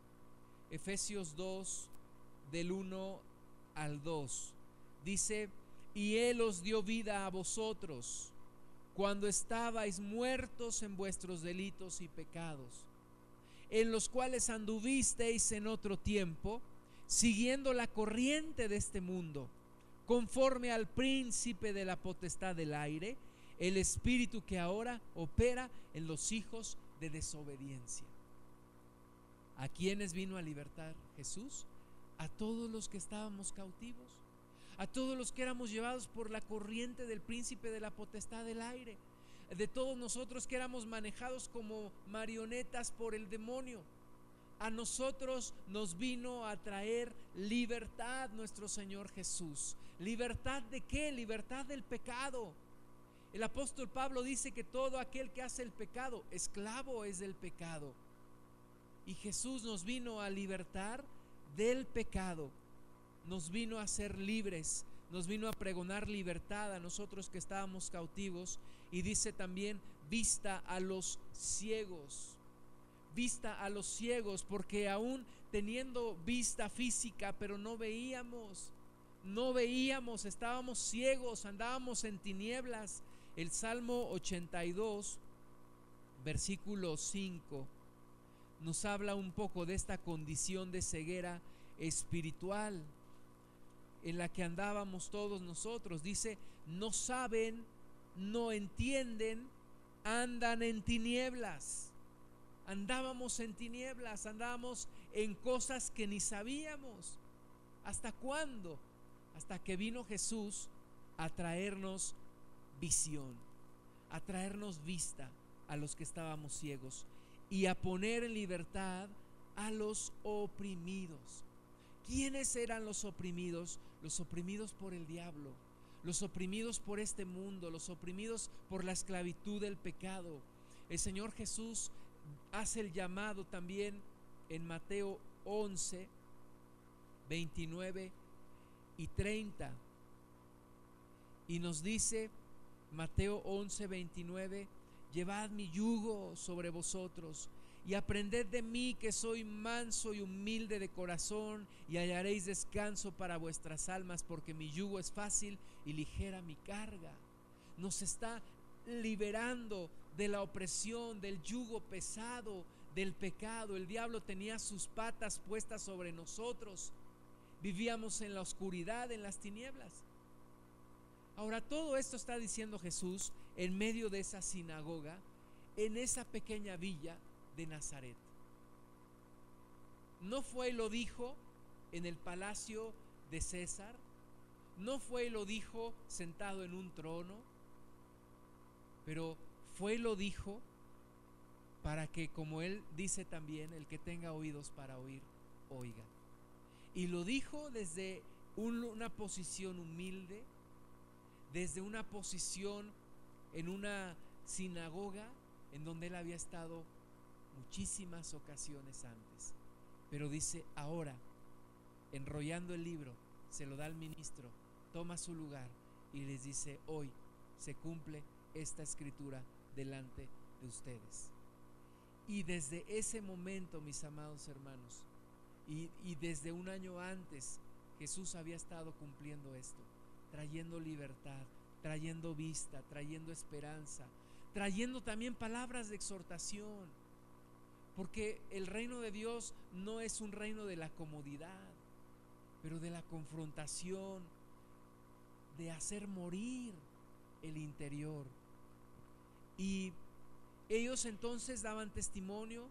2, del 1 al 2. Dice: y Él os dio vida a vosotros cuando estabais muertos en vuestros delitos y pecados, en los cuales anduvisteis en otro tiempo, siguiendo la corriente de este mundo, conforme al príncipe de la potestad del aire, el espíritu que ahora opera en los hijos de desobediencia. ¿A quiénes vino a libertar Jesús? A todos los que estábamos cautivos, a todos los que éramos llevados por la corriente del príncipe de la potestad del aire, de todos nosotros que éramos manejados como marionetas por el demonio. A nosotros nos vino a traer libertad nuestro Señor Jesús. ¿Libertad de qué? Libertad del pecado. El apóstol Pablo dice que todo aquel que hace el pecado, esclavo es del pecado. Y Jesús nos vino a libertar del pecado, nos vino a ser libres, nos vino a pregonar libertad a nosotros que estábamos cautivos. Y dice también: vista a los ciegos, vista a los ciegos, porque aún teniendo vista física, pero no veíamos, estábamos ciegos, andábamos en tinieblas. El Salmo 82, versículo 5, nos habla un poco de esta condición de ceguera espiritual en la que andábamos todos nosotros. Dice: no saben, no entienden, andan en tinieblas. Andábamos en tinieblas, andábamos en cosas que ni sabíamos. ¿Hasta cuándo? Hasta que vino Jesús a traernos visión, a traernos vista a los que estábamos ciegos y a poner en libertad a los oprimidos. ¿Quiénes eran los oprimidos? Los oprimidos por el diablo, los oprimidos por este mundo, los oprimidos por la esclavitud del pecado. El Señor Jesús hace el llamado también en Mateo 11, 29 y 30. Y nos dice Mateo 11, 29: llevad mi yugo sobre vosotros y aprended de mí, que soy manso y humilde de corazón, y hallaréis descanso para vuestras almas, porque mi yugo es fácil y ligera mi carga. Nos está liberando de la opresión, del yugo pesado del pecado. El diablo tenía sus patas puestas sobre nosotros. Vivíamos en la oscuridad, en las tinieblas. Ahora, todo esto está diciendo Jesús en medio de esa sinagoga, en esa pequeña villa de Nazaret. No fue y lo dijo en el palacio de César, no fue y lo dijo sentado en un trono, pero fue y lo dijo para que, como él dice también, el que tenga oídos para oír, oiga. Y lo dijo desde una posición humilde, desde una posición en una sinagoga en donde él había estado muchísimas ocasiones antes. Pero dice: ahora, enrollando el libro, se lo da al ministro, toma su lugar y les dice: hoy se cumple esta escritura delante de ustedes. Y desde ese momento, mis amados hermanos, y desde un año antes, Jesús había estado cumpliendo esto, trayendo libertad, trayendo vista, trayendo esperanza, trayendo también palabras de exhortación, porque el reino de Dios no es un reino de la comodidad, pero de la confrontación, de hacer morir el interior. Y ellos entonces daban testimonio,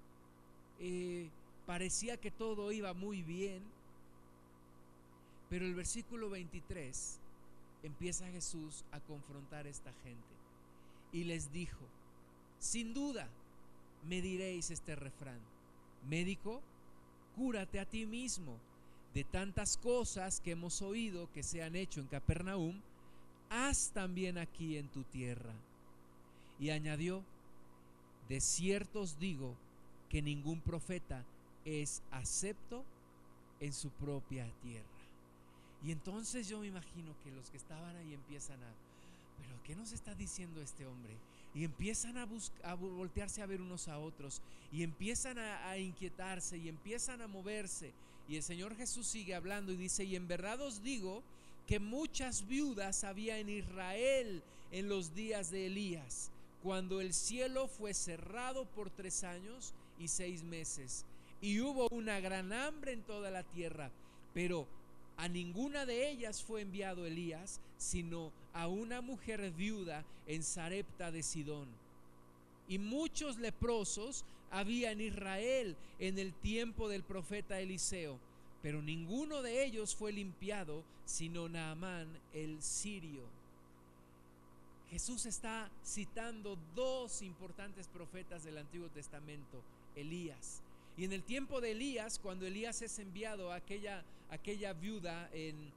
parecía que todo iba muy bien, pero el versículo 23 empieza Jesús a confrontar a esta gente y les dijo: sin duda me diréis este refrán: médico, cúrate a ti mismo. De tantas cosas que hemos oído que se han hecho en Capernaum, haz también aquí en tu tierra. Y añadió: de cierto os digo que ningún profeta es acepto en su propia tierra. Y entonces yo me imagino que los que estaban ahí empiezan a, ¿pero qué nos está diciendo este hombre? Y empiezan a voltearse a ver unos a otros, y empiezan a inquietarse, y empiezan a moverse. Y el Señor Jesús sigue hablando y dice: y en verdad os digo que muchas viudas había en Israel en los días de Elías, cuando el cielo fue cerrado por 3 años y 6 meses, y hubo una gran hambre en toda la tierra, pero a ninguna de ellas fue enviado Elías, sino a una mujer viuda en Sarepta de Sidón. Y muchos leprosos había en Israel en el tiempo del profeta Eliseo, pero ninguno de ellos fue limpiado, sino Naamán el sirio. Jesús está citando 2 importantes profetas del Antiguo Testamento, Elías. Y en el tiempo de Elías, cuando Elías es enviado a aquella viuda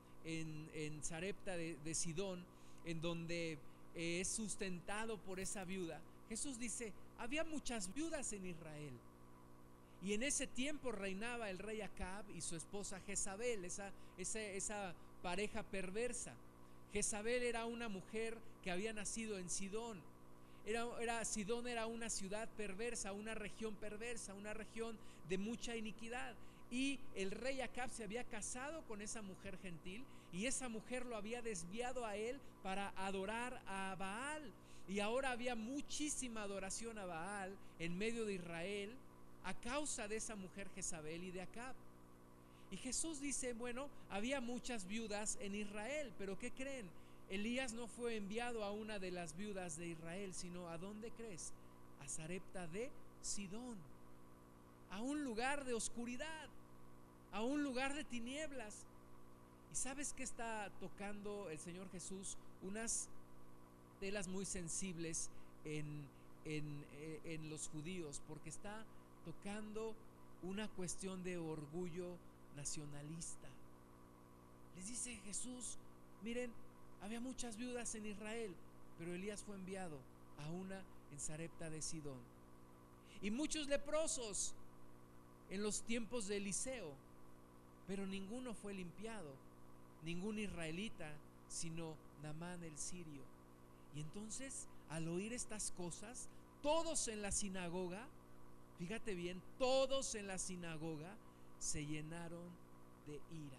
en Sarepta de Sidón, en donde es sustentado por esa viuda, Jesús dice: había muchas viudas en Israel. Y en ese tiempo reinaba el rey Acab y su esposa Jezabel, esa pareja perversa. Jezabel era una mujer que había nacido en Sidón. Sidón era una ciudad perversa, una región perversa, una región de mucha iniquidad. Y el rey Acab se había casado con esa mujer gentil, y esa mujer lo había desviado a él para adorar a Baal. Y ahora había muchísima adoración a Baal en medio de Israel a causa de esa mujer Jezabel y de Acab. Y Jesús dice: bueno, había muchas viudas en Israel, pero ¿qué creen? Elías no fue enviado a una de las viudas de Israel, sino ¿a dónde crees? A Sarepta de Sidón, a un lugar de oscuridad, a un lugar de tinieblas. ¿Y sabes qué está tocando el Señor Jesús? Unas telas muy sensibles en los judíos, porque está tocando una cuestión de orgullo nacionalista. Les dice Jesús: miren, había muchas viudas en Israel, pero Elías fue enviado a una en Sarepta de Sidón. Y muchos leprosos en los tiempos de Eliseo, pero ninguno fue limpiado, ningún israelita, sino Naamán el sirio. Y entonces, al oír estas cosas, todos en la sinagoga, fíjate bien, todos en la sinagoga se llenaron de ira.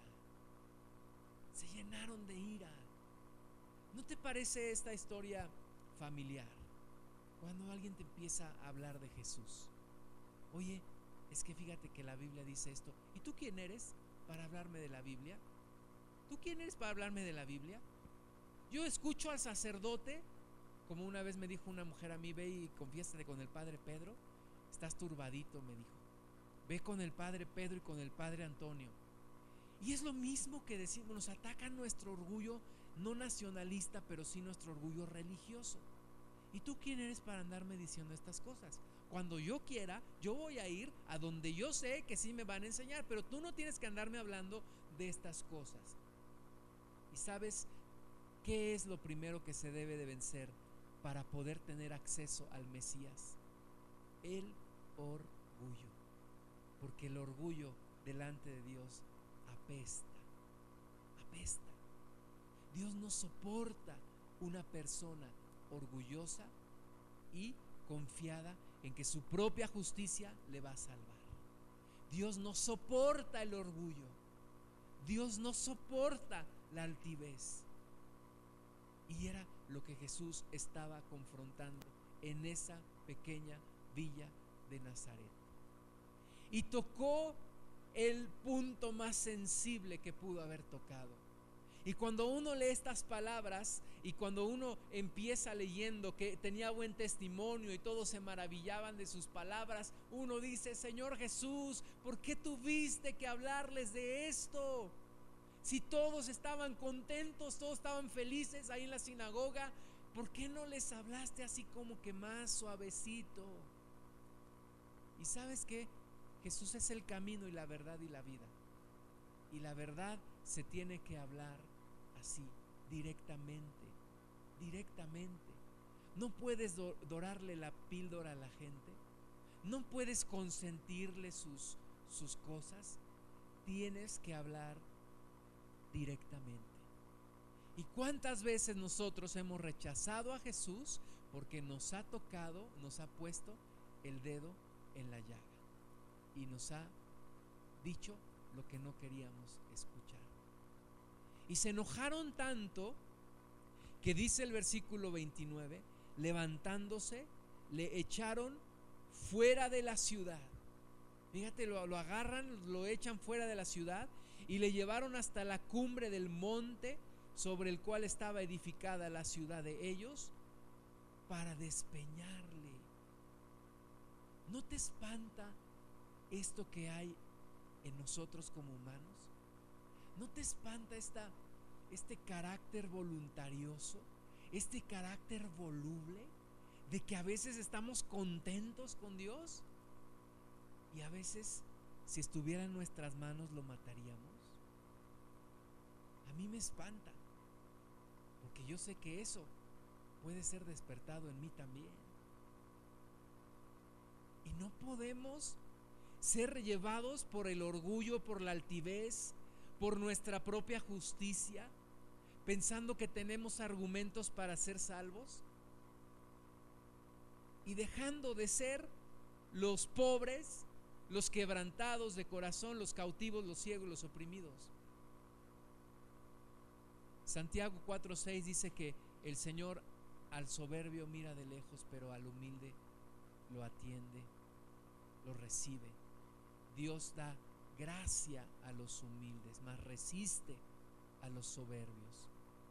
Se llenaron de ira. ¿No te parece esta historia familiar? Cuando alguien te empieza a hablar de Jesús: oye, es que fíjate que la Biblia dice esto. ¿Y tú quién eres para hablarme de la Biblia? ¿Tú quién eres para hablarme de la Biblia? Yo escucho al sacerdote, como una vez me dijo una mujer a mí: ve y confiésate con el padre Pedro. Estás turbadito, me dijo. Ve con el padre Pedro y con el padre Antonio. Y es lo mismo que decimos: nos atacan nuestro orgullo, no nacionalista, pero sí nuestro orgullo religioso. ¿Y tú quién eres para andarme diciendo estas cosas? Cuando yo quiera, yo voy a ir a donde yo sé que sí me van a enseñar, pero tú no tienes que andarme hablando de estas cosas. ¿Y sabes qué es lo primero que se debe de vencer para poder tener acceso al Mesías? El orgullo. Porque el orgullo delante de Dios apesta. Apesta. Dios no soporta una persona orgullosa y confiada en que su propia justicia le va a salvar. Dios no soporta el orgullo. Dios no soporta la altivez. Y era lo que Jesús estaba confrontando en esa pequeña villa de Nazaret. Y tocó el punto más sensible que pudo haber tocado. Y cuando uno lee estas palabras, y cuando uno empieza leyendo que tenía buen testimonio y todos se maravillaban de sus palabras, uno dice: Señor Jesús, ¿por qué tuviste que hablarles de esto? Si todos estaban contentos, todos estaban felices ahí en la sinagoga, ¿por qué no les hablaste así como que más suavecito? ¿Y sabes qué? Jesús es el camino y la verdad y la vida. Y la verdad se tiene que hablar así, directamente. no puedes dorarle la píldora a la gente, no puedes consentirle sus cosas, tienes que hablar directamente. ¿Y cuántas veces nosotros hemos rechazado a Jesús porque nos ha tocado, nos ha puesto el dedo en la llaga y nos ha dicho lo que no queríamos escuchar? Y se enojaron tanto que dice el versículo 29, levantándose, le echaron fuera de la ciudad. Fíjate, lo agarran, lo echan fuera de la ciudad y le llevaron hasta la cumbre del monte sobre el cual estaba edificada la ciudad de ellos, para despeñarle. ¿No te espanta esto que hay en nosotros como humanos? ¿No te espanta este carácter voluntarioso, este carácter voluble, de que a veces estamos contentos con Dios y a veces, si estuviera en nuestras manos, lo mataríamos? A mí me espanta, porque yo sé que eso puede ser despertado en mí también. Y no podemos ser llevados por el orgullo, por la altivez, por nuestra propia justicia, pensando que tenemos argumentos para ser salvos y dejando de ser los pobres, los quebrantados de corazón, los cautivos, los ciegos, los oprimidos. Santiago 4:6 dice que el Señor al soberbio mira de lejos, pero al humilde lo atiende, lo recibe. Dios da gracia a los humildes, mas resiste a los soberbios.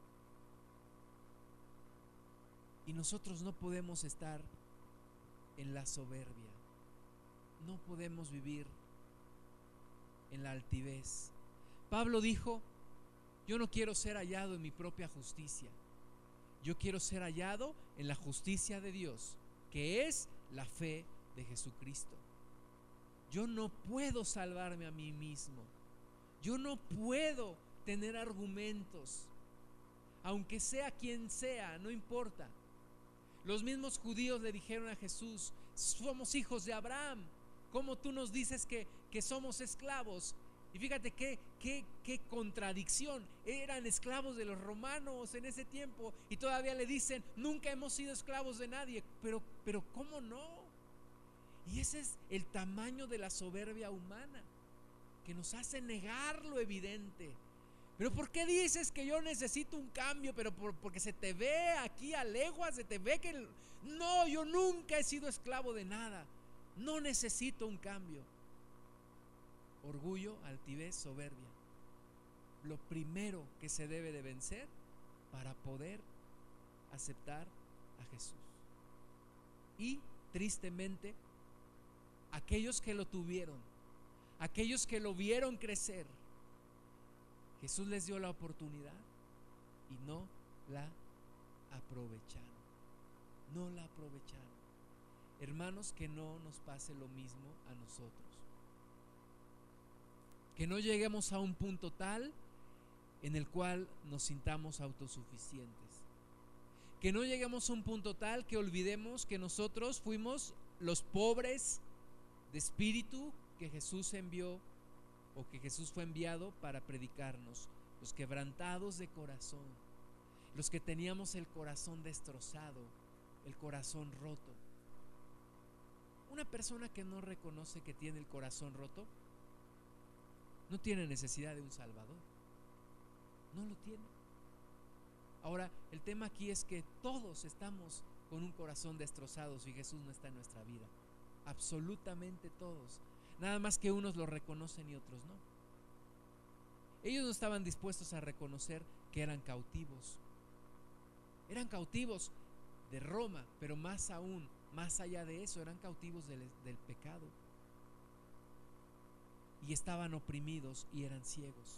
Y nosotros no podemos estar en la soberbia, no podemos vivir en la altivez. Pablo dijo: yo no quiero ser hallado en mi propia justicia, yo quiero ser hallado en la justicia de Dios, que es la fe de Jesucristo. Yo no puedo salvarme a mí mismo, yo no puedo tener argumentos, aunque sea quien sea, no importa. Los mismos judíos le dijeron a Jesús: somos hijos de Abraham, ¿cómo tú nos dices que somos esclavos? Y fíjate qué contradicción. Eran esclavos de los romanos en ese tiempo y todavía le dicen: nunca hemos sido esclavos de nadie. Pero ¿cómo no? Y ese es el tamaño de la soberbia humana, que nos hace negar lo evidente. Pero ¿por qué dices que yo necesito un cambio? Pero porque se te ve aquí a leguas, se te ve que no, yo nunca he sido esclavo de nada, no necesito un cambio. Orgullo, altivez, soberbia. Lo primero que se debe de vencer para poder aceptar a Jesús. Y tristemente, aquellos que lo tuvieron, aquellos que lo vieron crecer, Jesús les dio la oportunidad y no la aprovecharon. No la aprovecharon. Hermanos, que no nos pase lo mismo a nosotros. Que no lleguemos a un punto tal en el cual nos sintamos autosuficientes. Que no lleguemos a un punto tal que olvidemos que nosotros fuimos los pobres de espíritu que Jesús envió, o que Jesús fue enviado para predicarnos, los quebrantados de corazón, los que teníamos el corazón destrozado, el corazón roto. Una persona que no reconoce que tiene el corazón roto no tiene necesidad de un Salvador, no lo tiene. Ahora, el tema aquí es que todos estamos con un corazón destrozado si Jesús no está en nuestra vida, absolutamente todos. Nada más que unos lo reconocen y otros no. Ellos no estaban dispuestos a reconocer que eran cautivos. Eran cautivos de Roma, pero más aún, más allá de eso, eran cautivos del pecado. Y estaban oprimidos y eran ciegos.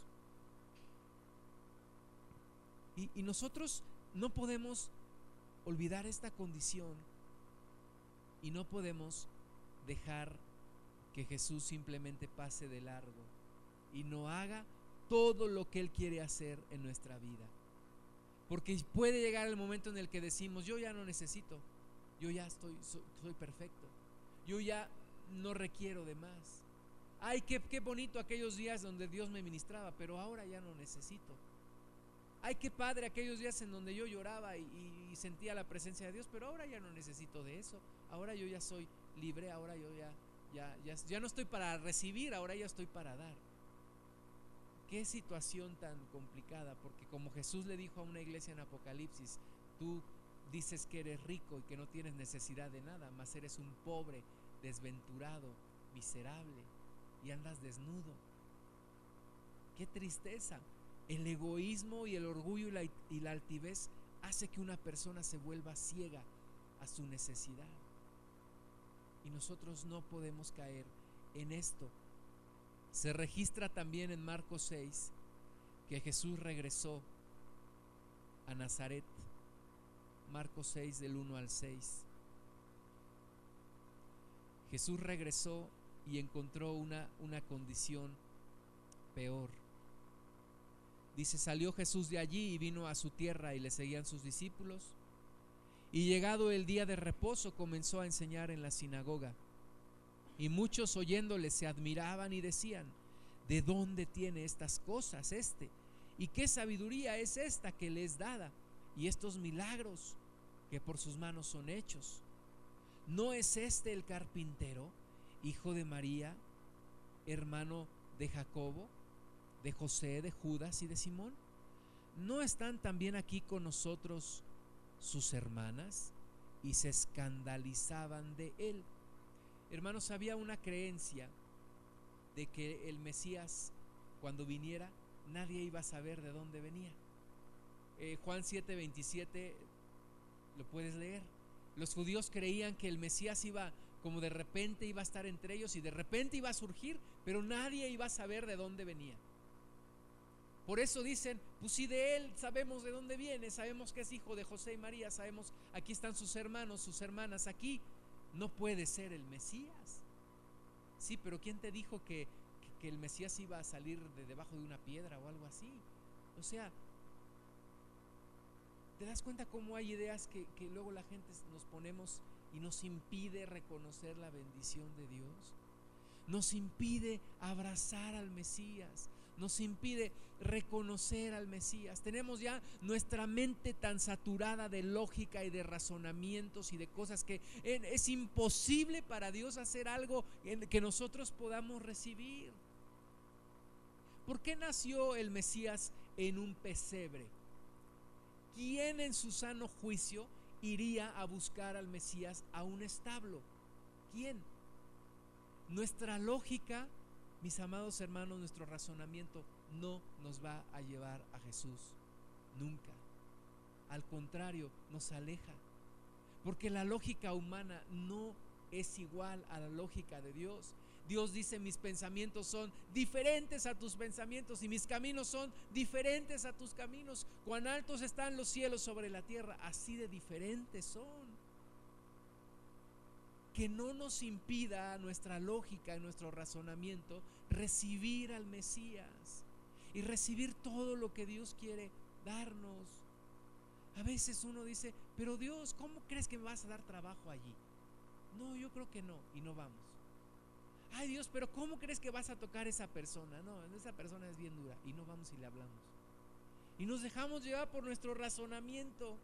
Y nosotros no podemos olvidar esta condición y no podemos dejar que Jesús simplemente pase de largo y no haga todo lo que Él quiere hacer en nuestra vida. Porque puede llegar el momento en el que decimos: yo ya no necesito, yo ya soy perfecto, yo ya no requiero de más. Ay, qué bonito aquellos días donde Dios me ministraba, pero ahora ya no necesito. Ay, qué padre aquellos días en donde yo lloraba y sentía la presencia de Dios, pero ahora ya no necesito de eso. Ahora yo ya soy libre, ahora yo ya no estoy para recibir, ahora ya estoy para dar. Qué situación tan complicada, porque como Jesús le dijo a una iglesia en Apocalipsis: tú dices que eres rico y que no tienes necesidad de nada, mas eres un pobre, desventurado, miserable y andas desnudo. Qué tristeza. El egoísmo y el orgullo y la altivez hace que una persona se vuelva ciega a su necesidad, y nosotros no podemos caer en esto. Se registra también en Marcos 6 que Jesús regresó a Nazaret. Marcos 6 del 1 al 6. Jesús regresó y encontró una condición peor. Dice: salió Jesús de allí y vino a su tierra, y le seguían sus discípulos. Y llegado el día de reposo, comenzó a enseñar en la sinagoga. Y muchos oyéndole se admiraban y decían: ¿de dónde tiene estas cosas este? ¿Y qué sabiduría es esta que le es dada? Y estos milagros que por sus manos son hechos. ¿No es este el carpintero, hijo de María, hermano de Jacobo, de José, de Judas y de Simón? ¿No están también aquí con nosotros sus hermanas? Y se escandalizaban de él. Hermanos, había una creencia de que el Mesías, cuando viniera, nadie iba a saber de dónde venía. Juan 7:27 lo puedes leer. Los judíos creían que el Mesías iba, como de repente iba a estar entre ellos y de repente iba a surgir, pero nadie iba a saber de dónde venía. Por eso dicen: pues si de él sabemos de dónde viene, sabemos que es hijo de José y María, sabemos, aquí están sus hermanos, sus hermanas, aquí no puede ser el Mesías. Sí, pero ¿quién te dijo que el Mesías iba a salir de debajo de una piedra o algo así? O sea, ¿te das cuenta cómo hay ideas que luego la gente nos ponemos y nos impide reconocer la bendición de Dios? Nos impide abrazar al Mesías, nos impide reconocer al Mesías. Tenemos ya nuestra mente tan saturada de lógica y de razonamientos y de cosas que es imposible para Dios hacer algo que nosotros podamos recibir. ¿Por qué nació el Mesías en un pesebre? ¿Quién en su sano juicio iría a buscar al Mesías a un establo? ¿Quién? Nuestra lógica, mis amados hermanos, nuestro razonamiento no nos va a llevar a Jesús, nunca. Al contrario, nos aleja, porque la lógica humana no es igual a la lógica de Dios. Dios dice: mis pensamientos son diferentes a tus pensamientos y mis caminos son diferentes a tus caminos. Cuán altos están los cielos sobre la tierra, así de diferentes son. Que no nos impida nuestra lógica y nuestro razonamiento recibir al Mesías y recibir todo lo que Dios quiere darnos. A veces uno dice: pero Dios, ¿cómo crees que me vas a dar trabajo allí? No, yo creo que no, y no vamos. Ay Dios, pero ¿cómo crees que vas a tocar a esa persona? No, esa persona es bien dura, y no vamos y le hablamos. Y nos dejamos llevar por nuestro razonamiento.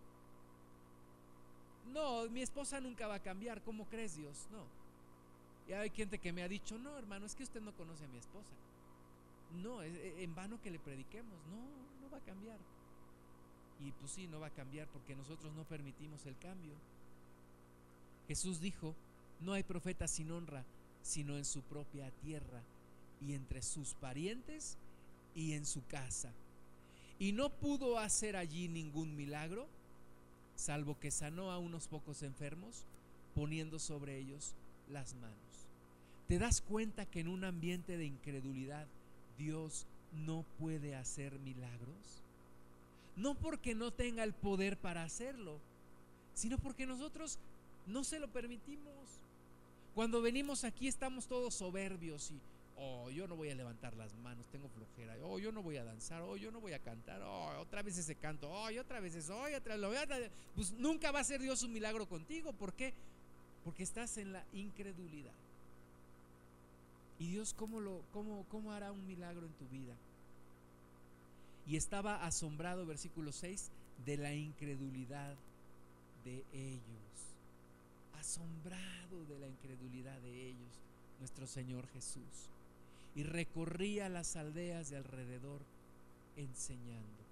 No, mi esposa nunca va a cambiar. ¿Cómo crees, Dios? No. Y hay gente que me ha dicho: no, hermano, es que usted no conoce a mi esposa. No, es en vano que le prediquemos. No va a cambiar. Y pues sí, no va a cambiar porque nosotros no permitimos el cambio. Jesús dijo: no hay profeta sin honra, sino en su propia tierra y entre sus parientes y en su casa. Y no pudo hacer allí ningún milagro, salvo que sanó a unos pocos enfermos, poniendo sobre ellos las manos. ¿Te das cuenta que en un ambiente de incredulidad Dios no puede hacer milagros? No porque no tenga el poder para hacerlo, sino porque nosotros no se lo permitimos. Cuando venimos aquí estamos todos soberbios y oh, yo no voy a levantar las manos, tengo flojera, oh, yo no voy a danzar, oh, yo no voy a cantar, oh, otra vez ese canto, oh, y otra vez eso, oh, y otra vez, pues nunca va a ser Dios un milagro contigo. ¿Por qué? Porque estás en la incredulidad. ¿Y Dios cómo hará un milagro en tu vida? Y estaba asombrado, versículo 6, de la incredulidad de ellos. Asombrado de la incredulidad de ellos, nuestro Señor Jesús. Y recorría las aldeas de alrededor enseñando.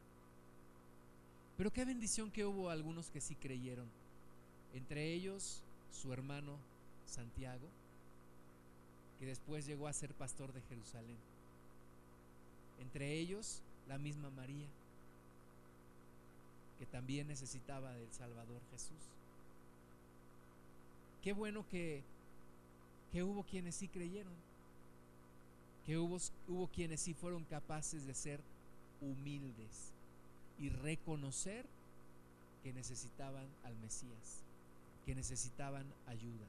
Pero qué bendición que hubo algunos que sí creyeron. Entre ellos su hermano Santiago, que después llegó a ser pastor de Jerusalén. Entre ellos la misma María, que también necesitaba del Salvador Jesús. Qué bueno que hubo quienes sí creyeron, que hubo quienes sí fueron capaces de ser humildes y reconocer que necesitaban al Mesías, que necesitaban ayuda.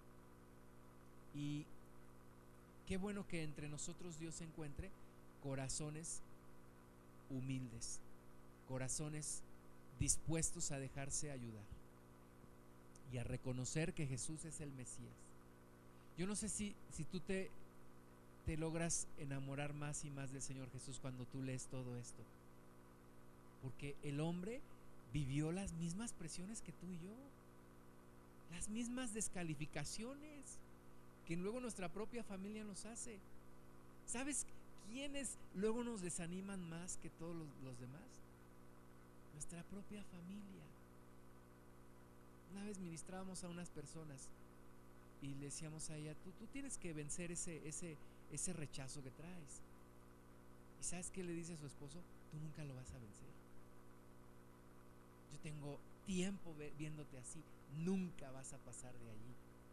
Y qué bueno que entre nosotros Dios encuentre corazones humildes, corazones dispuestos a dejarse ayudar y a reconocer que Jesús es el Mesías. Yo no sé si tú te logras enamorar más y más del Señor Jesús cuando tú lees todo esto, porque el hombre vivió las mismas presiones que tú y yo, las mismas descalificaciones que luego nuestra propia familia nos hace. ¿Sabes quiénes luego nos desaniman más que todos los demás? Nuestra propia familia. Una vez ministrábamos a unas personas y le decíamos a ella, tú tienes que vencer ese rechazo que traes. ¿Y sabes qué le dice a su esposo? Tú nunca lo vas a vencer. Yo tengo tiempo viéndote así, nunca vas a pasar de allí.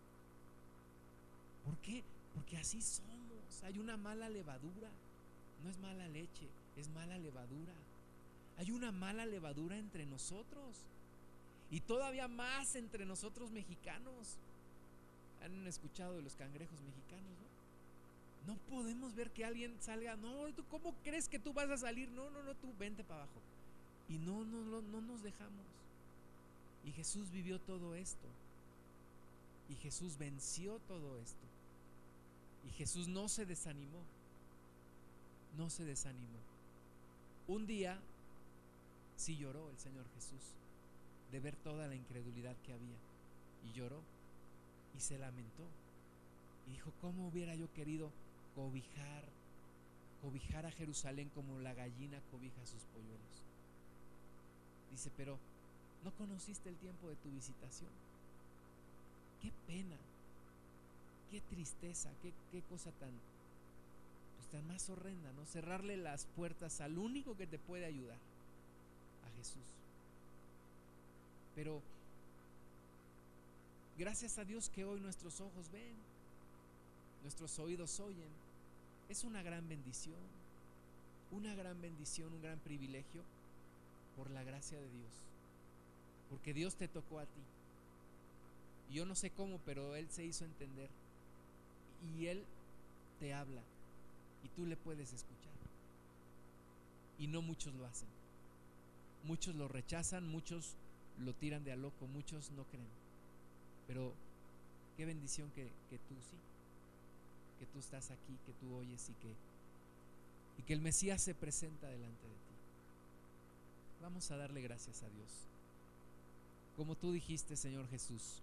¿Por qué? Porque así somos. Hay una mala levadura. No es mala leche, es mala levadura. Hay una mala levadura entre nosotros, y todavía más entre nosotros mexicanos. ¿Han escuchado de los cangrejos mexicanos, no? No podemos ver que alguien salga, no, ¿tú cómo crees que tú vas a salir? No, tú vente para abajo. Y no nos dejamos. Y Jesús vivió todo esto. Y Jesús venció todo esto. Y Jesús no se desanimó. No se desanimó. Un día sí lloró el Señor Jesús de ver toda la incredulidad que había. Y lloró y se lamentó. Y dijo, ¿cómo hubiera yo querido cobijar a Jerusalén como la gallina cobija a sus polluelos? Dice, pero no conociste el tiempo de tu visitación. Qué pena, qué tristeza, qué cosa tan más horrenda, ¿no? Cerrarle las puertas al único que te puede ayudar, a Jesús. Pero gracias a Dios que hoy nuestros ojos ven, nuestros oídos oyen. Es una gran bendición, un gran privilegio por la gracia de Dios, porque Dios te tocó a ti. Y yo no sé cómo, pero Él se hizo entender y Él te habla y tú le puedes escuchar. Y no muchos lo hacen. Muchos lo rechazan, muchos lo tiran de a loco, muchos no creen. Pero qué bendición que tú sí, que tú estás aquí, que tú oyes y que el Mesías se presenta delante de ti. Vamos a darle gracias a Dios. Como tú dijiste, Señor Jesús,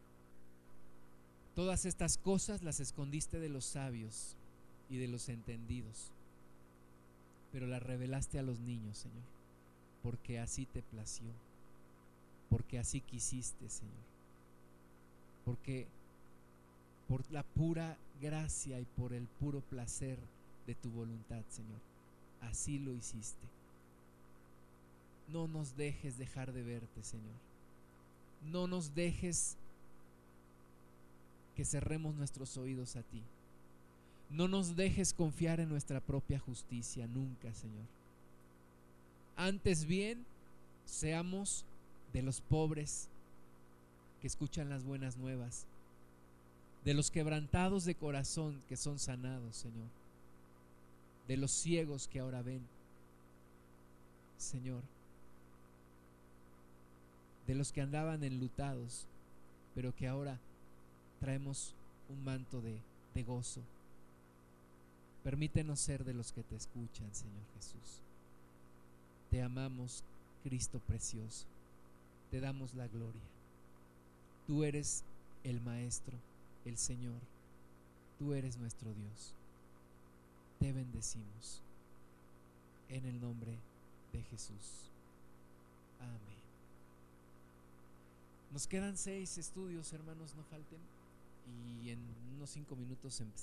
todas estas cosas las escondiste de los sabios y de los entendidos, pero las revelaste a los niños, Señor, porque así te plació, porque así quisiste, Señor, porque por la pura gracia y por el puro placer de tu voluntad, Señor, así lo hiciste. No nos dejes dejar de verte, Señor. No nos dejes que cerremos nuestros oídos a ti. No nos dejes confiar en nuestra propia justicia nunca, Señor. Antes bien, seamos de los pobres que escuchan las buenas nuevas de los quebrantados de corazón que son sanados, Señor, de los ciegos que ahora ven, Señor, de los que andaban enlutados, pero que ahora traemos un manto de gozo. Permítenos ser de los que te escuchan, Señor Jesús. Te amamos, Cristo precioso. Te damos la gloria. Tú eres el Maestro, el Señor. Tú eres nuestro Dios. Te bendecimos en el nombre de Jesús. Amén. Nos quedan 6 estudios, hermanos, no falten. Y en unos 5 minutos